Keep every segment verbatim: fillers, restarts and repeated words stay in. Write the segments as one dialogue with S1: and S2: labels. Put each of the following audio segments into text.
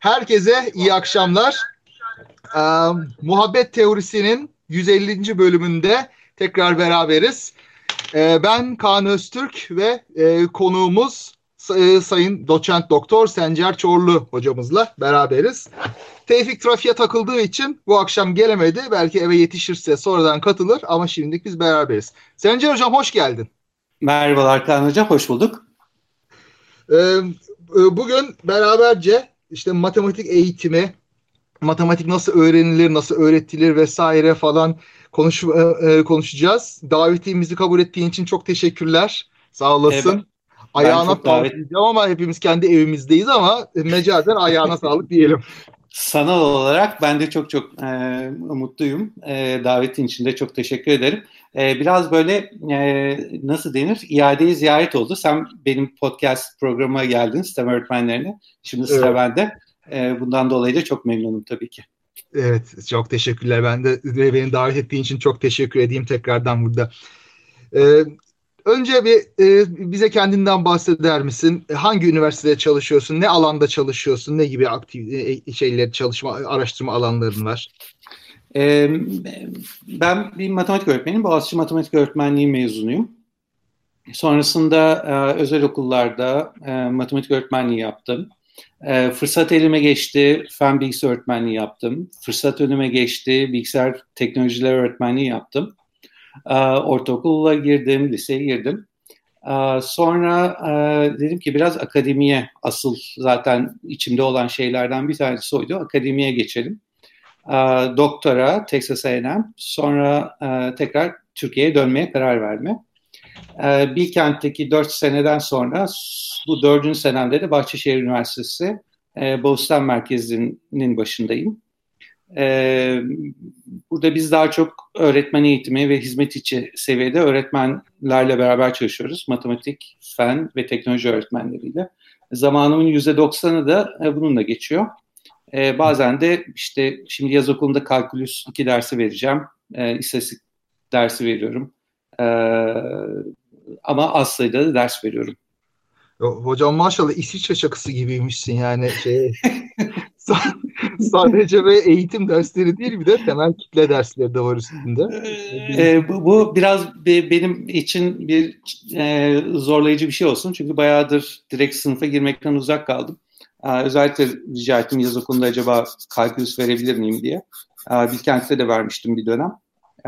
S1: Herkese iyi akşamlar. Ee, Muhabbet Teorisi'nin yüz ellinci bölümünde tekrar beraberiz. Ee, ben Kaan Öztürk ve e, konuğumuz e, Sayın Doçent Doktor Sencer Çorlu hocamızla beraberiz. Tevfik trafiğe takıldığı için bu akşam gelemedi. Belki eve yetişirse sonradan katılır ama şimdilik biz beraberiz. Sencer hocam hoş geldin.
S2: Merhabalar Kaan hocam, hoş bulduk.
S1: Ee, bugün beraberce işte matematik eğitimi, matematik nasıl öğrenilir, nasıl öğretilir vesaire falan konuş, e, konuşacağız. Davetimizi kabul ettiğin için çok teşekkürler. Sağ
S2: Ee, ben,
S1: olasın.
S2: ben
S1: Ayağına
S2: çok
S1: sağlık
S2: davet
S1: diyeceğim ama hepimiz kendi evimizdeyiz ama mecazen ayağına sağlık diyelim.
S2: sanal olarak ben de çok çok e, mutluyum. E, davetin için de çok teşekkür ederim. E, biraz böyle e, nasıl denir? İade-i ziyaret oldu. Sen benim podcast programıma geldin, sistem öğretmenlerine. Şimdi sıra
S1: Evet,
S2: bende. E, bundan dolayı da çok memnunum tabii ki.
S1: evet, çok teşekkürler. Ben de de beni davet ettiğin için çok teşekkür edeyim tekrardan burada. Ee, Önce bir e, bize kendinden bahseder misin? Hangi üniversitede çalışıyorsun? Ne alanda çalışıyorsun? Ne gibi aktif e, şeyler, çalışma, araştırma alanların var?
S2: E, Ben bir matematik öğretmeniyim. Boğaziçi Matematik Öğretmenliği mezunuyum. Sonrasında e, özel okullarda e, matematik öğretmenliği yaptım. E, fırsat elime geçti, fen bilgisi öğretmenliği yaptım. Fırsat önüme geçti, bilgisayar teknolojileri öğretmenliği yaptım. E, ortaokula girdim, liseye girdim. E, sonra e, dedim ki biraz akademiye, asıl zaten içimde olan şeylerden bir tanesi oydu. Akademiye geçelim. E, doktora, Texas A and M, sonra e, tekrar Türkiye'ye dönmeye karar verme. Ee, Bilkent'teki dört seneden sonra bu dördüncü senemde de Bahçeşehir Üniversitesi e, Boğustan Merkezi'nin başındayım. Ee, Burada biz daha çok öğretmen eğitimi ve hizmet içi seviyede öğretmenlerle beraber çalışıyoruz. Matematik, fen ve teknoloji öğretmenleriyle. Zamanımın yüzde doksanı da e, bununla geçiyor. E, bazen de işte şimdi yaz okulunda kalkülüs iki dersi vereceğim. E, istatistik dersi veriyorum. E, Ama az sayıda da ders veriyorum.
S1: Hocam maşallah İsviçre çakısı gibiymişsin yani şey sadece ve eğitim dersleri değil bir de temel kitle dersleri de var üstünde. Bizim
S2: E, bu, bu biraz be, benim için bir e, zorlayıcı bir şey olsun. Çünkü bayağıdır direkt sınıfa girmekten uzak kaldım. E, özellikle rica ettim yaz okulunda acaba kalkülüs verebilir miyim diye. E, Bilkent'te de vermiştim bir dönem. E,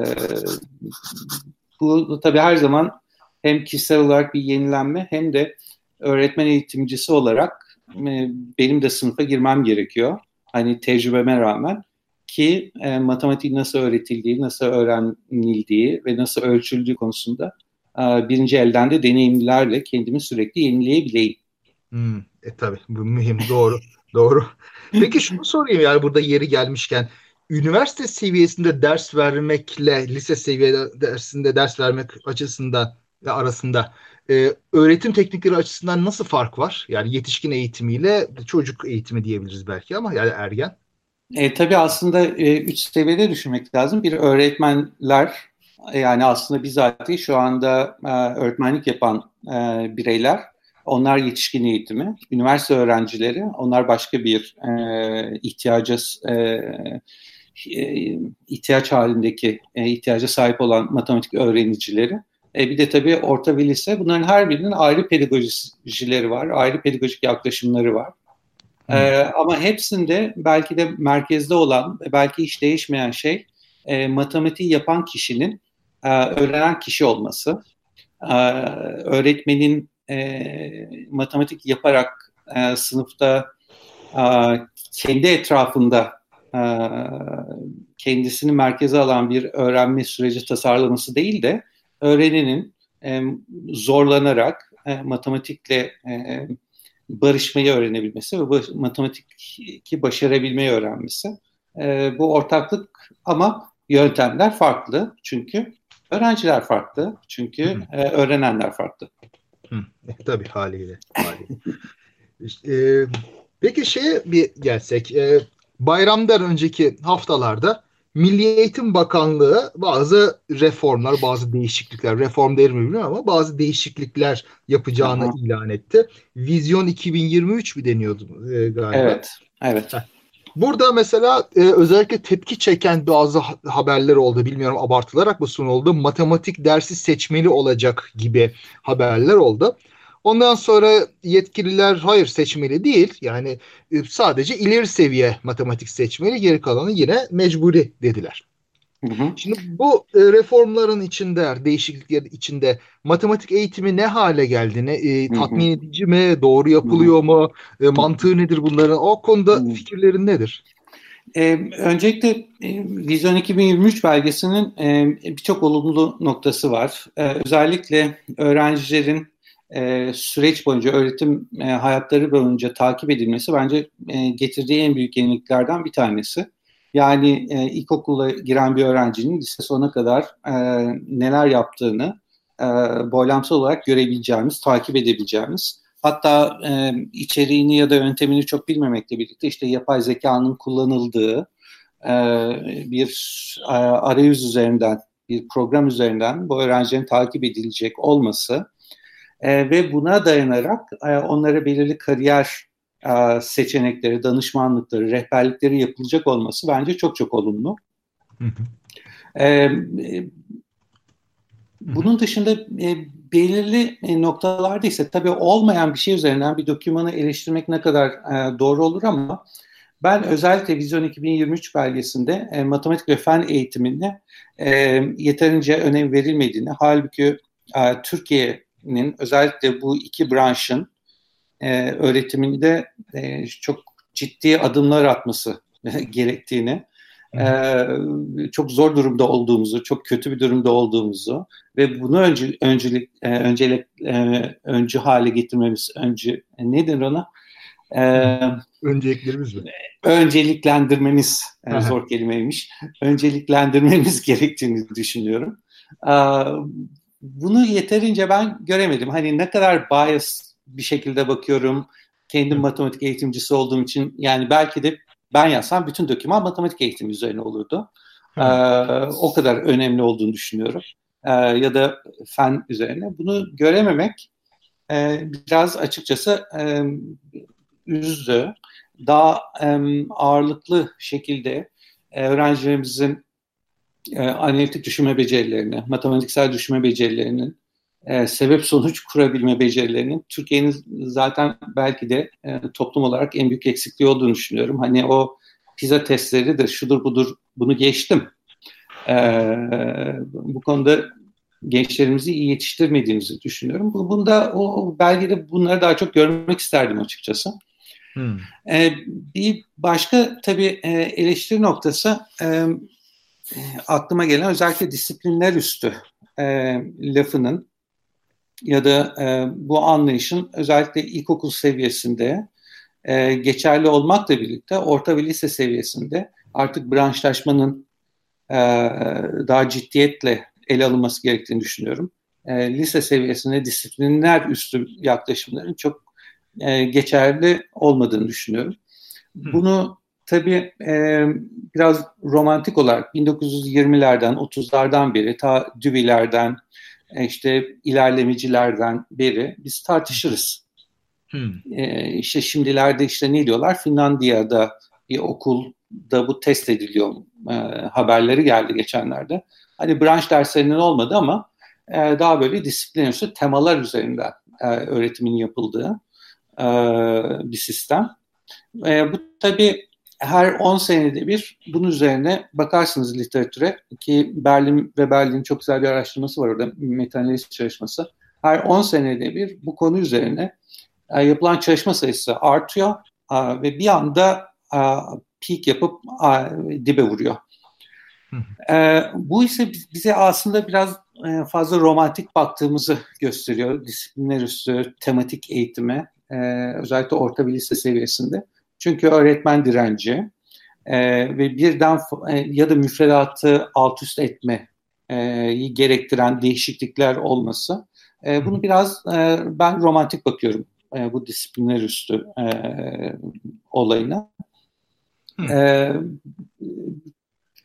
S2: Bu tabii her zaman hem kişisel olarak bir yenilenme hem de öğretmen eğitimcisi olarak e, benim de sınıfa girmem gerekiyor. Hani tecrübeme rağmen ki e, matematiğin nasıl öğretildiği, nasıl öğrenildiği ve nasıl ölçüldüğü konusunda e, birinci elden de deneyimlerle kendimi sürekli yenileyebileyim.
S1: hmm, e tabii bu mühim doğru doğru. Peki şunu sorayım yani burada yeri gelmişken üniversite seviyesinde ders vermekle lise seviye dersinde ders vermek açısından ve arasında e, öğretim teknikleri açısından nasıl fark var? Yani yetişkin eğitimiyle çocuk eğitimi diyebiliriz belki ama yani ergen.
S2: E, tabii aslında e, üç seviyede düşünmek lazım. Bir öğretmenler, e, yani aslında bizatihi şu anda e, öğretmenlik yapan e, bireyler, onlar yetişkin eğitimi. Üniversite öğrencileri, onlar başka bir e, ihtiyaca e, e, ihtiyaç halindeki e, ihtiyaca sahip olan matematik öğrenicileri. E, bir de tabii orta ve lise. Bunların her birinin ayrı pedagojileri var, ayrı pedagojik yaklaşımları var.
S1: Hmm.
S2: Ee, ama hepsinde belki de merkezde olan, belki hiç değişmeyen şey e, matematiği yapan kişinin e, öğrenen kişi olması. E, Öğretmenin e, matematik yaparak e, sınıfta e, kendi etrafında e, kendisini merkeze alan bir öğrenme süreci tasarlaması değil de öğrenenin e, zorlanarak e, matematikle e, barışmayı öğrenebilmesi ve matematik başarabilmeyi öğrenmesi. E, bu ortaklık ama yöntemler farklı çünkü öğrenciler farklı çünkü
S1: Hmm.
S2: e, öğrenenler farklı.
S1: Hmm. E, tabii haliyle. haliyle. İşte, e, peki şeye bir gelsek. E, bayramdan önceki haftalarda Milli Eğitim Bakanlığı bazı reformlar, bazı değişiklikler, reform der mi bilmiyorum ama bazı değişiklikler yapacağını
S2: Aha.
S1: ilan etti. Vizyon iki bin yirmi üç mi deniyordu e, galiba?
S2: Evet, evet.
S1: Burada mesela e, özellikle tepki çeken bazı ha- haberler oldu. Bilmiyorum abartılarak mı sunuldu. Matematik dersi seçmeli olacak gibi haberler oldu. Ondan sonra yetkililer hayır seçmeli değil. Yani e, sadece ileri seviye matematik seçmeli. Geri kalanı yine mecburi dediler.
S2: Hı hı.
S1: Şimdi bu e, reformların içinde, değişikliklerin içinde matematik eğitimi ne hale geldi? Ne, e,
S2: Hı hı.
S1: tatmin edici mi? Doğru
S2: Hı hı.
S1: yapılıyor mu? E,
S2: Hı
S1: mantığı nedir bunların? O konuda
S2: hı.
S1: fikirlerin nedir?
S2: Ee, öncelikle e, Vizyon iki bin yirmi üç belgesinin e, birçok olumlu noktası var. Ee, özellikle öğrencilerin e, süreç boyunca, öğretim e, hayatları boyunca takip edilmesi bence e, getirdiği en büyük yeniliklerden bir tanesi. Yani e, ilkokula giren bir öğrencinin lise sonuna kadar e, neler yaptığını e, boylamsal olarak görebileceğimiz, takip edebileceğimiz, hatta e, içeriğini ya da yöntemini çok bilmemekle birlikte işte yapay zekanın kullanıldığı e, bir e, arayüz üzerinden, bir program üzerinden bu öğrencilerin takip edilecek olması e, ve buna dayanarak e, onlara belirli kariyer e, seçenekleri, danışmanlıkları, rehberlikleri yapılacak olması bence çok çok olumlu.
S1: Hı hı,
S2: E,
S1: hı hı,
S2: Bunun dışında e, belirli e, noktalarda ise tabii olmayan bir şey üzerinden bir dokümanı eleştirmek ne kadar e, doğru olur ama ben özellikle Vizyon iki bin yirmi üç belgesinde e, matematik ve fen eğitimine e, yeterince önem verilmediğini, halbuki e, Türkiye'nin özellikle bu iki branşın e, öğretiminde e, çok ciddi adımlar atması gerektiğini,
S1: hı
S2: e,
S1: hı,
S2: çok zor durumda olduğumuzu, çok kötü bir durumda olduğumuzu ve bunu öncü, öncülük, e, öncelik, e, öncü hale getirmemiz, öncü e, nedir ona?
S1: hı.
S2: E,
S1: Önceliklerimiz mi?
S2: Önceliklendirmemiz,
S1: Hı
S2: e,
S1: hı,
S2: zor kelimeymiş, önceliklendirmemiz gerektiğini düşünüyorum. E, Bunu yeterince ben göremedim. Hani ne kadar bias bir şekilde bakıyorum, kendim
S1: hı
S2: matematik eğitimcisi olduğum için, yani belki de ben yazsam bütün doküman matematik eğitimi üzerine olurdu. Ee,
S1: hı,
S2: O kadar önemli olduğunu düşünüyorum. Ee, ya da fen üzerine. Bunu görememek e, biraz açıkçası e, üzdü. Daha e, ağırlıklı şekilde e, öğrencilerimizin e, analitik düşünme becerilerini, matematiksel düşünme becerilerinin, e, sebep sonuç kurabilme becerilerinin Türkiye'nin zaten belki de e, toplum olarak en büyük eksikliği olduğunu düşünüyorum. Hani o PISA testleri de şudur budur, bunu geçtim. E, Bu konuda gençlerimizi iyi yetiştirmediğimizi düşünüyorum. Bu, bunda o belgede bunları daha çok görmek isterdim açıkçası.
S1: hı,
S2: E, Bir başka tabii e, eleştiri noktası, e, aklıma gelen özellikle disiplinler üstü e, lafının ya da e, bu anlayışın özellikle ilkokul seviyesinde e, geçerli olmakla birlikte orta ve lise seviyesinde artık branşlaşmanın e, daha ciddiyetle ele alınması gerektiğini düşünüyorum. E, lise seviyesinde disiplinler üstü yaklaşımların çok e, geçerli olmadığını düşünüyorum.
S1: hı
S2: Bunu tabii e, biraz romantik olarak bin dokuz yüz yirmilerden, otuzlardan beri, ta Dewey'lerden, e, işte ilerlemecilerden beri biz tartışırız.
S1: hı,
S2: E, işte şimdilerde işte ne diyorlar? Finlandiya'da bir okulda bu test ediliyor e, haberleri geldi geçenlerde. Hani branş derslerinin olmadı ama e, daha böyle disiplin üstü temalar üzerinden e, öğretimin yapıldığı e, bir sistem. E, bu tabii her on senede bir bunun üzerine bakarsınız literatüre, ki Berlin ve Berlin'in çok güzel bir araştırması var orada, meta-analiz çalışması. Her on senede bir bu konu üzerine e, yapılan çalışma sayısı artıyor e, ve bir anda e, peak yapıp e, dibe vuruyor.
S1: hı.
S2: E, bu ise bize aslında biraz e, fazla romantik baktığımızı gösteriyor disiplinler üstü tematik eğitime, e, özellikle orta ve lise seviyesinde. Çünkü öğretmen direnci e, ve birden e, ya da müfredatı alt üst etme e, gerektiren değişiklikler olması. E, bunu biraz e, ben romantik bakıyorum e, bu disiplinler üstü e, olayına.
S1: Hı.
S2: E,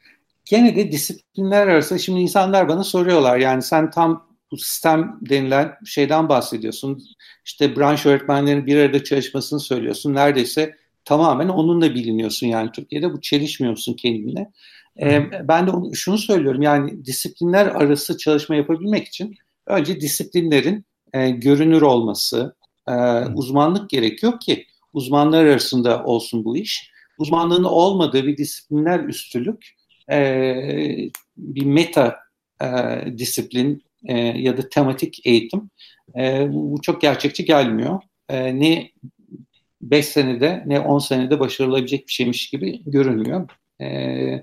S2: gene de disiplinler arasında şimdi insanlar bana soruyorlar. Yani sen tam bu sistem denilen şeyden bahsediyorsun. İşte branş öğretmenlerin bir arada çalışmasını söylüyorsun. Neredeyse tamamen onunla biliniyorsun yani Türkiye'de. Bu çelişmiyor musun kendine? Ee, ben de onu, şunu söylüyorum. Yani disiplinler arası çalışma yapabilmek için önce disiplinlerin e, görünür olması, e, uzmanlık gerekiyor ki uzmanlar arasında olsun bu iş. Uzmanlığın olmadığı bir disiplinler üstülük e, bir meta e, disiplin e, ya da tematik eğitim e, bu çok gerçekçi gelmiyor. E, ne beş senede ne on senede başarılabilecek bir şeymiş gibi görünmüyor. E,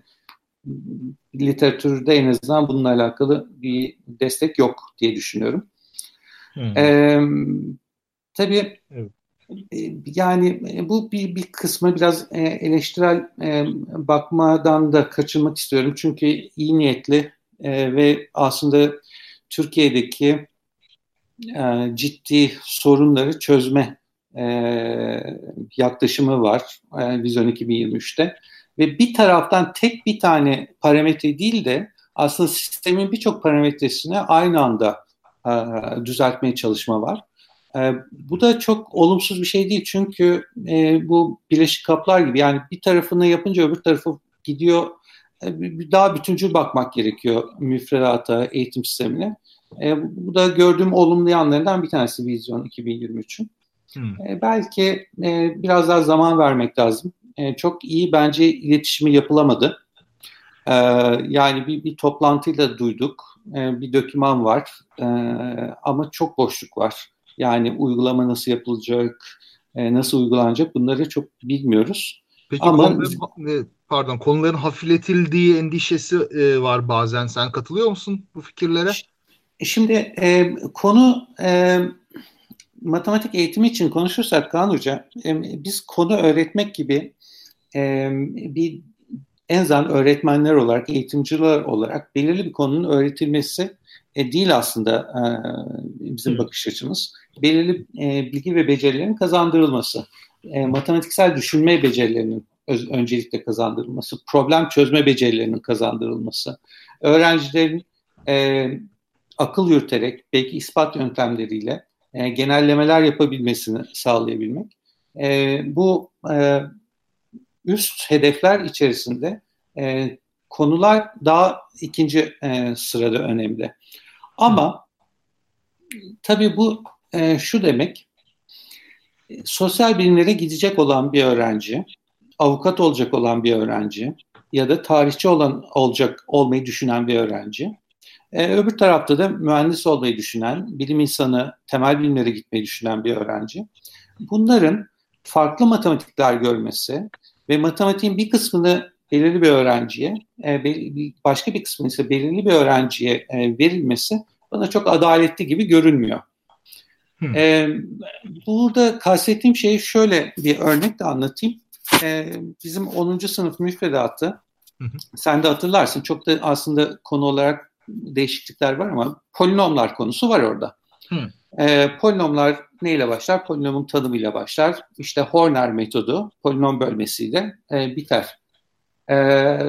S2: literatürde en azından bununla alakalı bir destek yok diye düşünüyorum. Hmm. E, tabii evet. Yani bu bir, bir kısmı biraz eleştirel bakmadan da kaçınmak istiyorum. Çünkü iyi niyetli ve aslında Türkiye'deki ciddi sorunları çözme yaklaşımı var Vizyon iki bin yirmi üçte. Ve bir taraftan tek bir tane parametre değil de aslında sistemin birçok parametresini aynı anda düzeltmeye çalışma var. E, bu da çok olumsuz bir şey değil çünkü e, bu bileşik kaplar gibi yani bir tarafını yapınca öbür tarafı gidiyor e, daha bütüncül bakmak gerekiyor müfredata, eğitim sistemine. E, bu da gördüğüm olumlu yanlarından bir tanesi Vizyon iki bin yirmi üçün. Hmm. E, belki e, biraz daha zaman vermek lazım. E, çok iyi bence iletişimi yapılamadı. E, yani bir, bir toplantıyla duyduk, e, bir doküman var e, ama çok boşluk var. Yani uygulama nasıl yapılacak, e, nasıl uygulanacak bunları çok bilmiyoruz.
S1: Peki Ama, konuların, pardon, konuların hafifletildiği endişesi e, var bazen. Sen katılıyor musun bu fikirlere?
S2: Şimdi e, konu e, matematik eğitimi için konuşursak Kaan Hoca, e, biz konu öğretmek gibi e, bir en azından öğretmenler olarak, eğitimciler olarak belirli bir konunun öğretilmesi e, değil aslında e, bizim Hı. bakış açımız. Belirli e, bilgi ve becerilerin kazandırılması, e, matematiksel düşünme becerilerinin öz, öncelikle kazandırılması, problem çözme becerilerinin kazandırılması, öğrencilerin e, akıl yürüterek, belki ispat yöntemleriyle e, genellemeler yapabilmesini sağlayabilmek. E, bu e, üst hedefler içerisinde e, konular daha ikinci e, sırada önemli. Ama tabii bu e, şu demek, e, sosyal bilimlere gidecek olan bir öğrenci, avukat olacak olan bir öğrenci ya da tarihçi olan olacak olmayı düşünen bir öğrenci, e, öbür tarafta da mühendis olmayı düşünen, bilim insanı, temel bilimlere gitmeyi düşünen bir öğrenci. Bunların farklı matematikler görmesi ve matematiğin bir kısmını belirli bir öğrenciye, başka bir kısmını ise belirli bir öğrenciye verilmesi bana çok adaletli gibi görünmüyor. Hmm. Burada kastettiğim şeyi şöyle bir örnekle anlatayım. Bizim onuncu sınıf müfredatı, hmm. sen de hatırlarsın, çok da aslında konu olarak değişiklikler var ama polinomlar konusu var orada. Hmm. E, polinomlar neyle başlar? Polinomun tanımıyla başlar. İşte Horner metodu polinom bölmesiyle e, biter. E,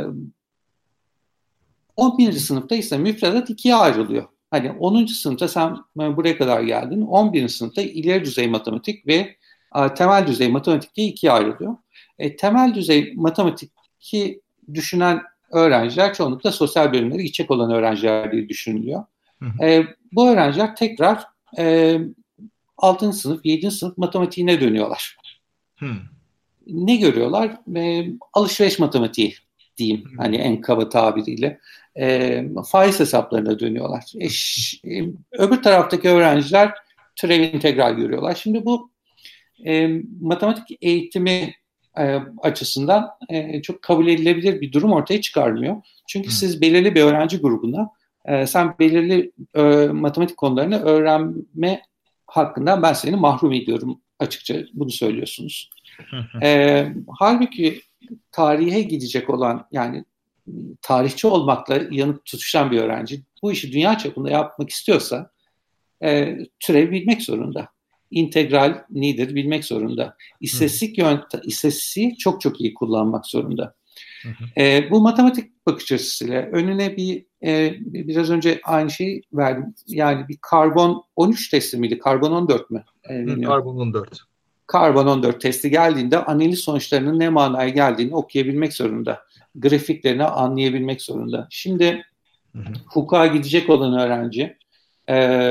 S2: on birinci sınıfta ise müfredat ikiye ayrılıyor. Hani onuncu sınıfta sen buraya kadar geldin. on birinci sınıfta ileri düzey matematik ve e, temel düzey matematik diye ikiye ayrılıyor. E, temel düzey matematik düşünen öğrenciler çoğunlukla sosyal bölümleri gidecek olan öğrenciler diye düşünülüyor. Hı hı. E, bu öğrenciler tekrar e, altıncı sınıf, yedinci sınıf matematiğine dönüyorlar. Hmm. Ne görüyorlar? E, alışveriş matematiği diyeyim, hmm. hani en kaba tabiriyle. E, faiz hesaplarına dönüyorlar. E, ş, e, öbür taraftaki öğrenciler türev integral görüyorlar. Şimdi bu e, matematik eğitimi e, açısından e, çok kabul edilebilir bir durum ortaya çıkarmıyor. Çünkü hmm. siz belirli bir öğrenci grubuna e, sen belirli e, matematik konularını öğrenme hakkından ben seni mahrum ediyorum açıkça, bunu söylüyorsunuz. e, halbuki tarihe gidecek olan, yani tarihçi olmakla yanıp tutuşan bir öğrenci bu işi dünya çapında yapmak istiyorsa e, türev bilmek zorunda. İntegral nedir bilmek zorunda. İstatistik yöntem, istatistiği çok çok iyi kullanmak zorunda. Hı hı. E, bu matematik bakış açısıyla önüne bir e, biraz önce aynı şeyi verdim. Yani bir karbon on üç testi miydi? Karbon on dört mü?
S1: Hı, karbon on dört.
S2: Karbon on dört testi geldiğinde analiz sonuçlarının ne manaya geldiğini okuyabilmek zorunda. Grafiklerini anlayabilmek zorunda. Şimdi hı hı. hukuka gidecek olan öğrenci e,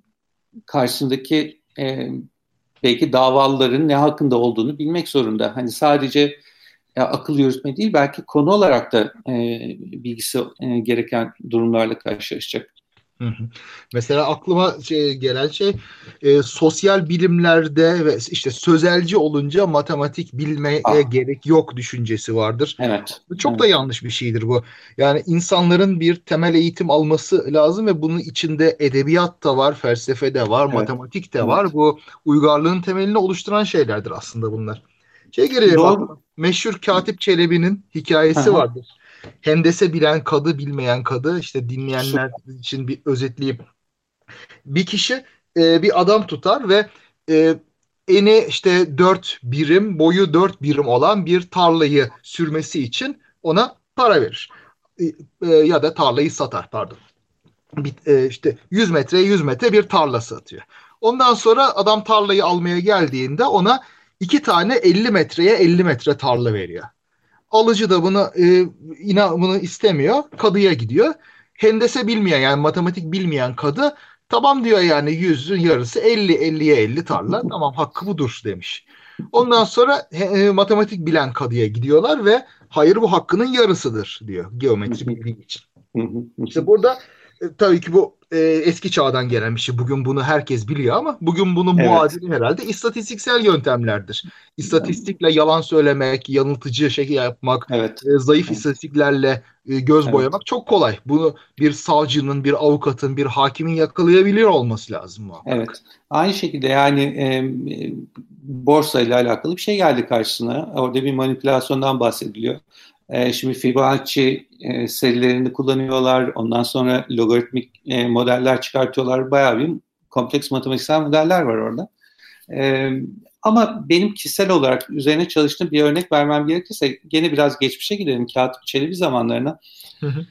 S2: karşısındaki e, belki davalıların ne hakkında olduğunu bilmek zorunda. Hani sadece ya, akıl yürütme değil, belki konu olarak da e, bilgisi e, gereken durumlarla karşılaşacak.
S1: Hı hı. Mesela aklıma şey, gelen şey e, sosyal bilimlerde ve işte sözelci olunca matematik bilmeye
S2: Ah.
S1: gerek yok düşüncesi vardır.
S2: Evet.
S1: Çok
S2: evet.
S1: da yanlış bir şeydir bu. Yani insanların bir temel eğitim alması lazım ve bunun içinde edebiyat da var, felsefe de var,
S2: Evet.
S1: matematik de
S2: Evet.
S1: var. Bu uygarlığın temelini oluşturan şeylerdir aslında bunlar. Şey geliyor
S2: Doğru.
S1: aklıma. Meşhur Katip Çelebi'nin hikayesi
S2: Aha.
S1: vardır. Hendese bilen kadı, bilmeyen kadı. İşte
S2: Su.
S1: dinleyenler için bir özetleyeyim. Bir kişi e, bir adam tutar ve e, eni işte dört birim, boyu dört birim olan bir tarlayı sürmesi için ona para verir. E, e, ya da tarlayı satar, pardon. Bir, e, işte yüz metreye yüz metre bir tarla satıyor. Ondan sonra adam tarlayı almaya geldiğinde ona iki tane elli metreye elli metre tarla veriyor. Alıcı da bunu e, inan bunu istemiyor. Kadıya gidiyor. Hendese bilmeyen, yani matematik bilmeyen kadı, tamam diyor, yani yüzün yarısı elli, elliye elli tarla. Tamam, hakkı budur demiş. Ondan sonra e, matematik bilen kadıya gidiyorlar ve hayır, bu hakkının yarısıdır diyor, geometri bildiği için. İşte burada e, tabii ki bu e, eski çağdan gelen bir şey. Bugün bunu herkes biliyor ama bugün bunun
S2: Evet.
S1: muadili herhalde istatistiksel yöntemlerdir. İstatistikle yalan söylemek, yanıltıcı şey yapmak,
S2: Evet.
S1: e, zayıf
S2: Evet.
S1: istatistiklerle e, göz
S2: Evet.
S1: boyamak çok kolay. Bunu bir savcının, bir avukatın, bir hakimin yakalayabiliyor olması lazım muhakkak.
S2: Evet. Aynı şekilde yani e, borsa ile alakalı bir şey geldi karşısına. Orada bir manipülasyondan bahsediliyor. E, şimdi Fibonacci e, serilerini kullanıyorlar. Ondan sonra logaritmik e, modeller çıkartıyorlar. Bayağı bir kompleks matematiksel modeller var orada. E, ama benim kişisel olarak üzerine çalıştığım bir örnek vermem gerekirse gene biraz geçmişe gidelim. Katip Çelebi zamanlarına.
S1: Hı hı.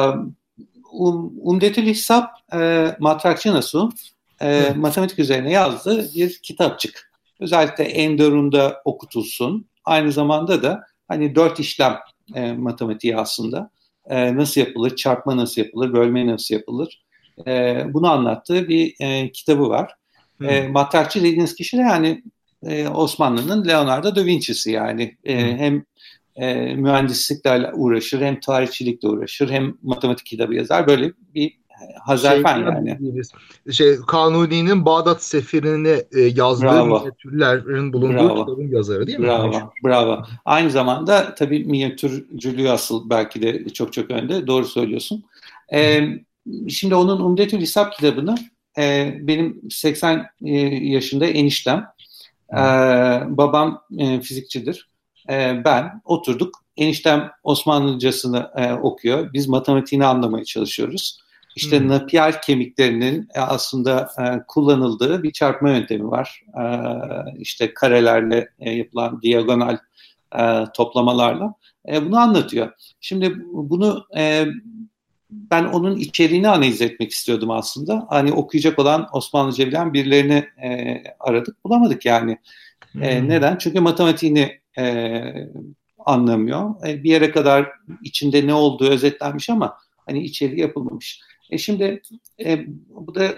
S2: Um, Umdetül Hesap e, Matrakçı Nasuh'un e, matematik üzerine yazdığı bir kitapçık. Özellikle Enderun'da okutulsun. Aynı zamanda da hani dört işlem e, matematiği aslında. E, nasıl yapılır, çarpma nasıl yapılır, bölme nasıl yapılır. E, bunu anlattığı bir e, kitabı var. E, matrakçı dediğiniz kişi de yani e, Osmanlı'nın Leonardo da Vinci'si yani. E, hem e, mühendislikle uğraşır, hem tarihçilikle uğraşır, hem matematik kitabı yazar. Böyle bir
S1: Şey,
S2: Hazarfen yani.
S1: şey Kanuni'nin Bağdat Seferi'ni e, yazdığı
S2: Bravo.
S1: minyatürlerin bulunduğu
S2: Bravo.
S1: kitabın yazarı değil mi? Meşhur.
S2: Bravo. Bravo. Aynı zamanda tabii minyatürcülüğü asıl belki de çok çok önde. Doğru söylüyorsun. Ee, şimdi onun Umdetül Hesap kitabını e, benim seksen yaşında eniştem, e, babam e, fizikçidir. E, ben oturduk. Eniştem Osmanlıcasını e, okuyor. Biz matematiğini anlamaya çalışıyoruz. İşte hmm. Napier kemiklerinin aslında e, kullanıldığı bir çarpma yöntemi var. E, işte karelerle e, yapılan diagonal e, toplamalarla. E, bunu anlatıyor. Şimdi bunu e, ben onun içeriğini analiz etmek istiyordum aslında. Hani okuyacak olan Osmanlıca bilen birilerini e, aradık. Bulamadık yani. Hmm. E, neden? Çünkü matematiğini e, anlamıyor. E, bir yere kadar içinde ne olduğu özetlenmiş ama hani içeriği yapılmamış. E şimdi e, bu da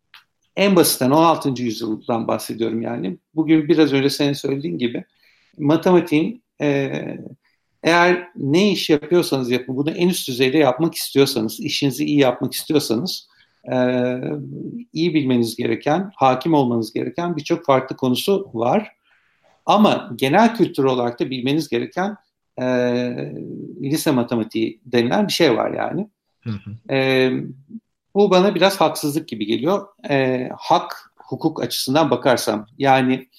S2: en basitten on altıncı yüzyıldan bahsediyorum yani. Bugün biraz önce senin söylediğin gibi matematiğin e, eğer ne iş yapıyorsanız yapın, bunu en üst düzeyde yapmak istiyorsanız, işinizi iyi yapmak istiyorsanız e, iyi bilmeniz gereken, hakim olmanız gereken birçok farklı konusu var. Ama genel kültür olarak da bilmeniz gereken e, lise matematiği denilen bir şey var yani. Hı hı. E, bu bana biraz haksızlık gibi geliyor. E, hak, hukuk açısından bakarsam. Yani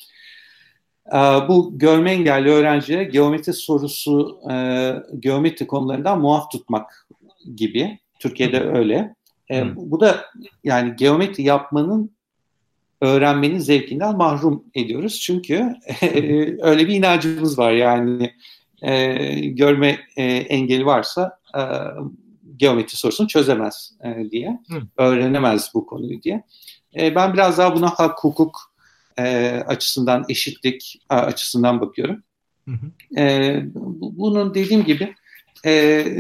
S2: e, bu görme engelli öğrencilere geometri sorusu, e, geometri konularından muaf tutmak gibi. Türkiye'de hı. öyle. E, hı. Bu da yani geometri yapmanın, öğrenmenin zevkinden mahrum ediyoruz. Çünkü öyle bir inancımız var yani e, görme e, engeli varsa e, geometri sorusunu çözemez e, diye, Hı. öğrenemez bu konuyu diye. E, ben biraz daha buna hak, hukuk e, açısından, eşitlik a, açısından bakıyorum. Hı hı. E, bunun dediğim gibi e,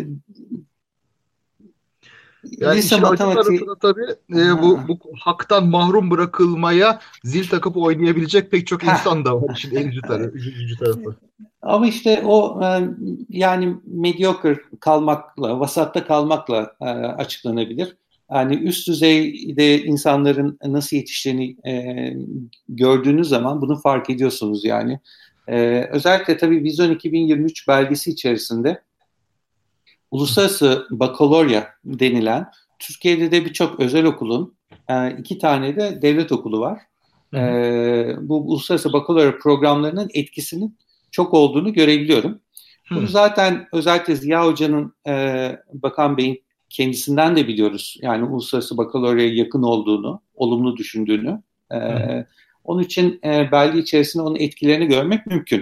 S1: yani
S2: lise
S1: işin
S2: matematiği...
S1: acı tarafı da tabii e, bu, bu haktan mahrum bırakılmaya zil takıp oynayabilecek pek çok insan da var işin en üzücü tarafı. Üzücü tarafı.
S2: Ama işte o yani mediocre kalmakla, vasatta kalmakla açıklanabilir. Yani üst düzeyde insanların nasıl yetiştiğini gördüğünüz zaman bunu fark ediyorsunuz yani. Özellikle tabii Vizyon iki bin yirmi üç belgesi içerisinde Uluslararası Bakalorya denilen, Türkiye'de de birçok özel okulun, iki tane de devlet okulu var. Hı hı. Bu Uluslararası Bakalorya programlarının etkisinin çok olduğunu görebiliyorum. Hı. Bunu zaten özellikle Ziya Hoca'nın, Bakan Bey'in kendisinden de biliyoruz. Yani Uluslararası Bakalorya'ya yakın olduğunu, olumlu düşündüğünü. Hı. Onun için belge içerisinde onun etkilerini görmek mümkün.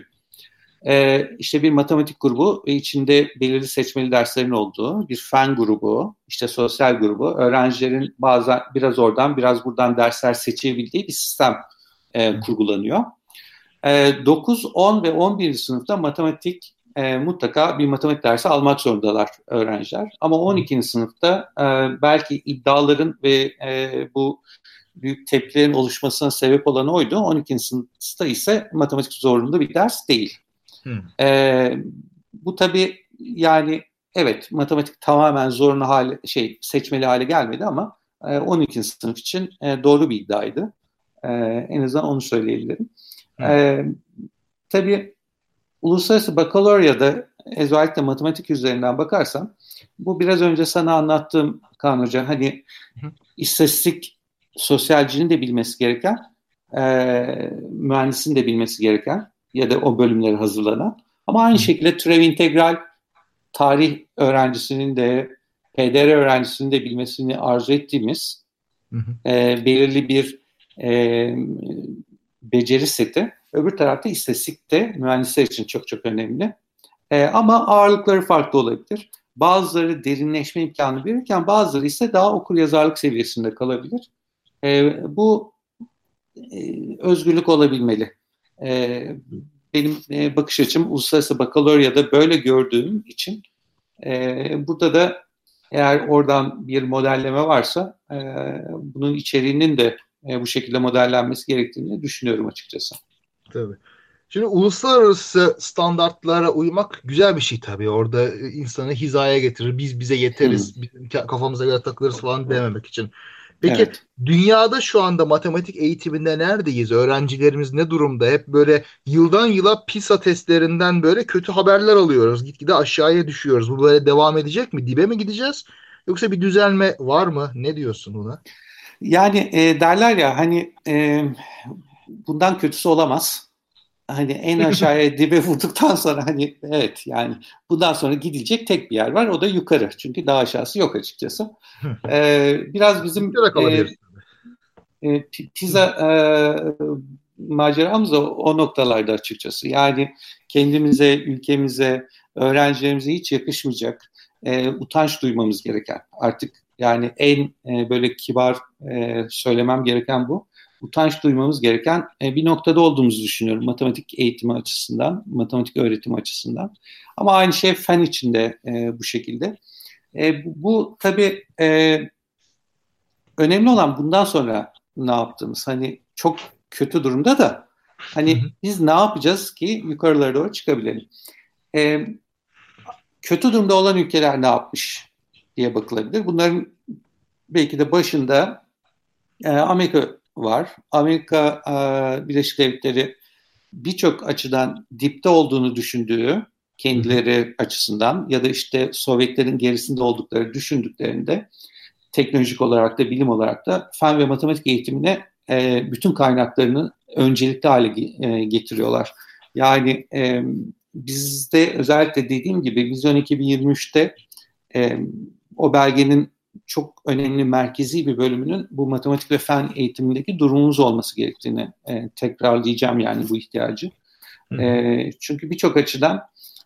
S2: Ee, işte bir matematik grubu ve içinde belirli seçmeli derslerin olduğu, bir fen grubu, işte sosyal grubu, öğrencilerin bazen biraz oradan biraz buradan dersler seçebildiği bir sistem e, kurgulanıyor. E, dokuz, on ve on birinci sınıfta matematik e, mutlaka bir matematik dersi almak zorundalar öğrenciler. Ama on ikinci sınıfta e, belki iddiaların ve e, bu büyük tepkilerin oluşmasına sebep olan oydu. on ikinci sınıfta ise matematik zorunlu bir ders değil. Hmm. Ee, bu tabii yani evet matematik tamamen zorunlu hale şey seçmeli hale gelmedi ama e, on ikinci sınıf için e, doğru bir iddiaydı. E, en azından onu söyleyebilirim. Hmm. E, tabii Uluslararası Bakalorya'da özellikle matematik üzerinden bakarsan bu biraz önce sana anlattığım Kaan Hoca hani hmm. istatistik sosyalcinin de bilmesi gereken e, mühendisin de bilmesi gereken ya da o bölümleri hazırlanan ama aynı şekilde türev integral tarih öğrencisinin de P D R öğrencisinin de bilmesini arzu ettiğimiz hı hı. E, belirli bir e, beceri seti. Öbür tarafta istatistik de mühendisler için çok çok önemli. E, ama ağırlıkları farklı olabilir. Bazıları derinleşme imkanı verirken bazıları ise daha okur yazarlık seviyesinde kalabilir. E, bu e, özgürlük olabilmeli. E, benim e, bakış açım Uluslararası Bakalorya'da böyle gördüğüm için e, burada da eğer oradan bir modelleme varsa e, bunun içeriğinin de e, bu şekilde modellenmesi gerektiğini düşünüyorum açıkçası.
S1: Tabii. Şimdi uluslararası standartlara uymak güzel bir şey tabii. Orada insanı hizaya getirir. Biz bize yeteriz. Hmm. Kafamıza göre takılırız falan dememek için. Peki evet. Dünyada şu anda matematik eğitiminde neredeyiz? Öğrencilerimiz ne durumda? Hep böyle yıldan yıla PISA testlerinden böyle kötü haberler alıyoruz. Gitgide aşağıya düşüyoruz. Bu böyle devam edecek mi? Dibe mi gideceğiz? Yoksa bir düzelme var mı? Ne diyorsun buna?
S2: Yani e, derler ya hani e, bundan kötüsü olamaz. Hani en aşağıya dibe vurduktan sonra hani evet yani bundan sonra gidilecek tek bir yer var. O da yukarı. Çünkü daha aşağısı yok açıkçası. Ee, biraz bizim e, e, pizza e, maceramız da o noktalarda açıkçası. Yani kendimize, ülkemize, öğrencilerimize hiç yakışmayacak, e, utanç duymamız gereken. Artık yani en e, böyle kibar e, söylemem gereken bu. Utanç duymamız gereken e, bir noktada olduğumuzu düşünüyorum matematik eğitimi açısından, matematik öğretimi açısından. Ama aynı şey fen içinde e, bu şekilde. E, bu, bu tabii e, önemli olan bundan sonra ne yaptığımız. Hani çok kötü durumda da hani hı hı. Biz ne yapacağız ki yukarılara doğru çıkabilelim. E, kötü durumda olan ülkeler ne yapmış diye bakılabilir. Bunların belki de başında e, Amerika var. Amerika e, Birleşik Devletleri birçok açıdan dipte olduğunu düşündüğü kendileri hı hı. açısından ya da işte Sovyetlerin gerisinde oldukları düşündüklerinde teknolojik olarak da bilim olarak da fen ve matematik eğitimine e, bütün kaynaklarını öncelikli hale e, getiriyorlar. Yani e, bizde özellikle dediğim gibi Vizyon iki bin yirmi üçte e, o belgenin çok önemli merkezi bir bölümünün bu matematik ve fen eğitimindeki durumumuz olması gerektiğini e, tekrarlayacağım yani bu ihtiyacı. E, çünkü birçok açıdan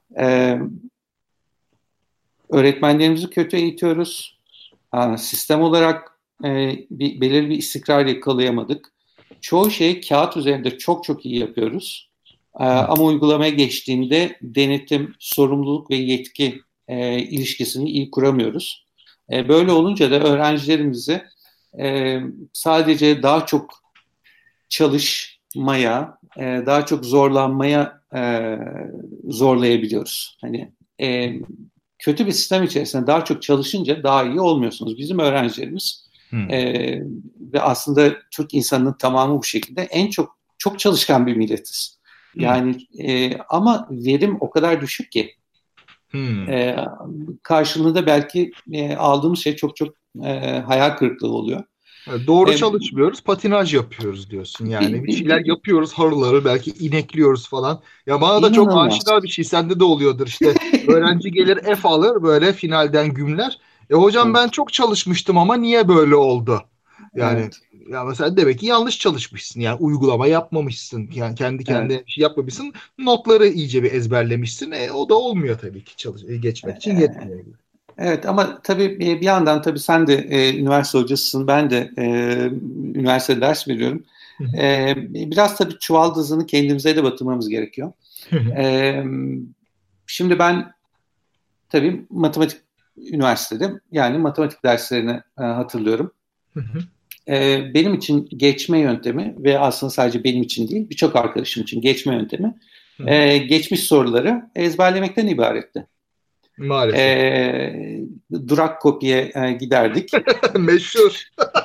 S2: E, öğretmenlerimizi kötü eğitiyoruz. Ha, sistem olarak e, bir, belirli bir istikrar yakalayamadık. Çoğu şeyi kağıt üzerinde çok çok iyi yapıyoruz. E, ama uygulamaya geçtiğinde denetim, sorumluluk ve yetki e, ilişkisini iyi kuramıyoruz. E, böyle olunca da öğrencilerimizi e, sadece daha çok çalışmaya, e, daha çok zorlanmaya e, zorlayabiliyoruz. Hani e, kötü bir sistem içerisinde daha çok çalışınca daha iyi olmuyorsunuz. Bizim öğrencilerimiz
S1: Hmm.
S2: e, ve aslında Türk insanının tamamı bu şekilde en çok çok çalışkan bir milletiz. Yani e, ama verim o kadar düşük ki
S1: Hmm.
S2: e, karşılığında belki e, aldığımız şey çok çok e, hayal kırıklığı oluyor.
S1: Doğru
S2: E,
S1: çalışmıyoruz, patinaj yapıyoruz diyorsun. Yani
S2: bir,
S1: bir
S2: bir,
S1: şeyler
S2: bir,
S1: yapıyoruz, halıları belki inekliyoruz falan. Ya bana da çok
S2: inanılmaz.
S1: aşina bir şey. Sende de oluyordur işte. Öğrenci gelir F alır böyle finalden gümler. E hocam ben
S2: Evet,
S1: çok çalışmıştım ama niye böyle oldu? Yani
S2: evet,
S1: ya mesela demek ki yanlış çalışmışsın. Yani uygulama yapmamışsın. Yani kendi kendine
S2: evet.
S1: bir şey yapmamışsın. Notları iyice bir ezberlemişsin. E, o da olmuyor tabii ki çalış geçmek için
S2: E,
S1: yetmiyor.
S2: Evet ama tabii bir yandan tabii sen de e, üniversite hocasısın, ben de e, üniversitede ders veriyorum. E, biraz tabii çuvaldızını kendimize de batırmamız gerekiyor. E, şimdi ben tabii matematik üniversitede yani matematik derslerini e, hatırlıyorum. E, benim için geçme yöntemi ve aslında sadece benim için değil birçok arkadaşım için geçme yöntemi e, geçmiş soruları ezberlemekten ibaretti.
S1: Maalesef.
S2: E, durak kopya e, giderdik.
S1: Meşhur.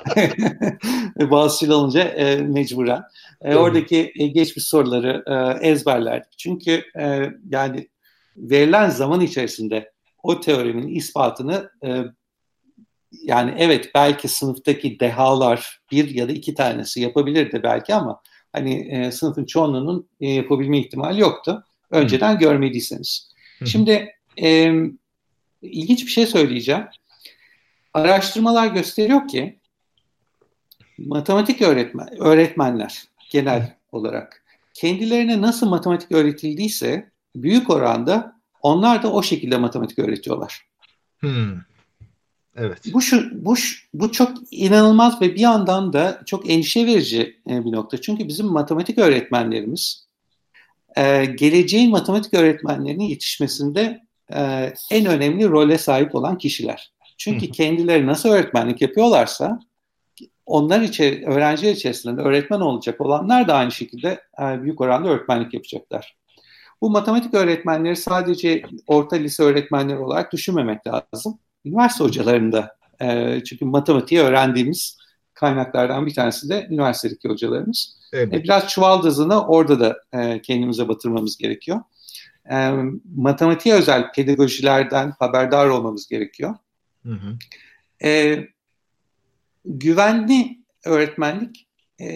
S2: Bazı olunca e, mecburen. E,
S1: Tabii.
S2: oradaki e, geçmiş soruları e, ezberlerdik. Çünkü e, yani verilen zaman içerisinde o teorinin ispatını e, yani evet belki sınıftaki dehalar bir ya da iki tanesi yapabilirdi belki ama hani e, sınıfın çoğunluğunun e, yapabilme ihtimali yoktu.
S1: Hı.
S2: Önceden görmediyseniz.
S1: Hı hı.
S2: Şimdi e, ilginç bir şey söyleyeceğim. Araştırmalar gösteriyor ki matematik öğretmen, öğretmenler genel olarak kendilerine nasıl matematik öğretildiyse büyük oranda onlar da o şekilde matematik öğretiyorlar.
S1: Hmm, evet.
S2: Bu şu, bu şu- bu çok inanılmaz ve bir yandan da çok endişe verici e, bir nokta. Çünkü bizim matematik öğretmenlerimiz e, geleceğin matematik öğretmenlerinin yetişmesinde e, en önemli role sahip olan kişiler.
S1: Hı
S2: Çünkü kendileri nasıl öğretmenlik yapıyorlarsa onlar için öğrenciler içerisinde öğretmen olacak olanlar da aynı şekilde e, büyük oranda öğretmenlik yapacaklar. Bu matematik öğretmenleri sadece orta lise öğretmenleri olarak düşünmemek lazım. Üniversite hocalarında e, çünkü matematiği öğrendiğimiz kaynaklardan bir tanesi de üniversitedeki hocalarımız. E,
S1: elbette.
S2: biraz çuvaldızını orada da e, kendimize batırmamız gerekiyor. E, matematiğe özel pedagojilerden haberdar olmamız gerekiyor.
S1: Hı hı.
S2: E, güvenli öğretmenlik e,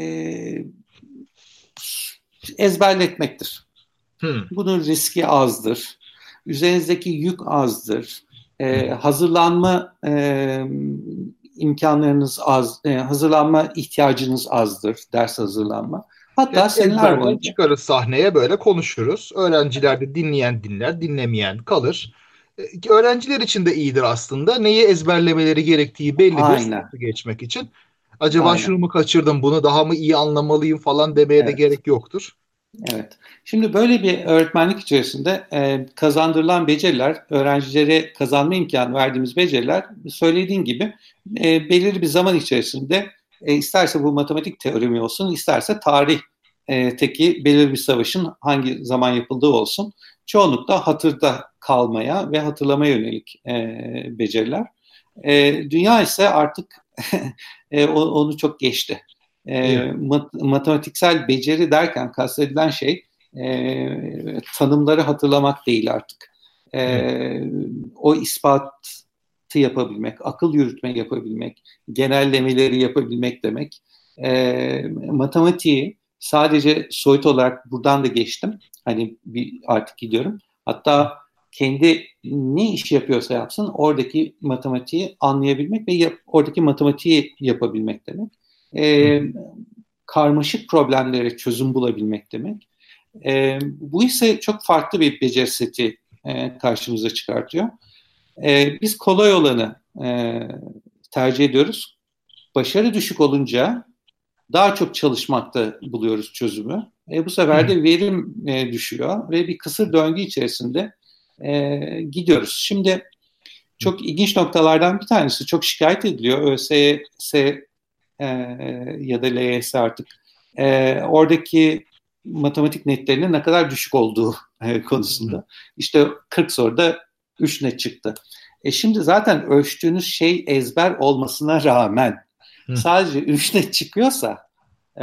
S2: ezberletmektir.
S1: Hı.
S2: Bunun riski azdır. Üzerinizdeki yük azdır.
S1: Hı.
S2: E, hazırlanma e, imkanlarınız az, e, hazırlanma ihtiyacınız azdır, ders hazırlanma.
S1: Evet,
S2: Hatta seneler
S1: ezberden
S2: boyunca.
S1: çıkarız sahneye böyle konuşuruz. Öğrenciler de dinleyen dinler, dinlemeyen kalır. E, Öğrenciler için de iyidir aslında. Neyi ezberlemeleri gerektiği bellidir
S2: Aynen,
S1: sınıfı geçmek için. Acaba şunu
S2: aynen.
S1: mu kaçırdım, bunu daha mı iyi anlamalıyım falan demeye de
S2: Evet.
S1: gerek yoktur.
S2: Evet. Şimdi böyle bir öğretmenlik içerisinde e, kazandırılan beceriler, öğrencilere kazanma imkanı verdiğimiz beceriler, söylediğin gibi e, belirli bir zaman içerisinde e, isterse bu matematik teoremi olsun, isterse tarihteki belirli bir savaşın hangi zaman yapıldığı olsun, çoğunlukla hatırda kalmaya ve hatırlamaya yönelik e, beceriler. E, dünya ise artık e, onu çok geçti.
S1: Değil
S2: E,
S1: mi?
S2: mat- matematiksel beceri derken kastedilen şey e, tanımları hatırlamak değil artık.
S1: Hı.
S2: E, o ispatı yapabilmek, akıl yürütme yapabilmek, genellemeleri yapabilmek demek. E, matematiği sadece soyut olarak buradan da geçtim. Hani bir artık gidiyorum. Hatta kendi ne iş yapıyorsa yapsın oradaki matematiği anlayabilmek ve yap, oradaki matematiği yapabilmek demek.
S1: Hı
S2: E,
S1: hı.
S2: karmaşık problemlere çözüm bulabilmek demek. E, bu ise çok farklı bir beceri seti e, karşımıza çıkartıyor. E, biz kolay olanı e, tercih ediyoruz. Başarı düşük olunca daha çok çalışmakta buluyoruz çözümü. E, bu sefer de verim e, düşüyor ve bir kısır döngü içerisinde e, gidiyoruz. Şimdi çok ilginç noktalardan bir tanesi, çok şikayet ediliyor ÖSS e, ya da L Y S artık. E, oradaki matematik netlerinin ne kadar düşük olduğu e, konusunda. İşte kırk soruda üç net çıktı. E şimdi zaten ölçtüğünüz şey ezber olmasına rağmen sadece üç net çıkıyorsa e,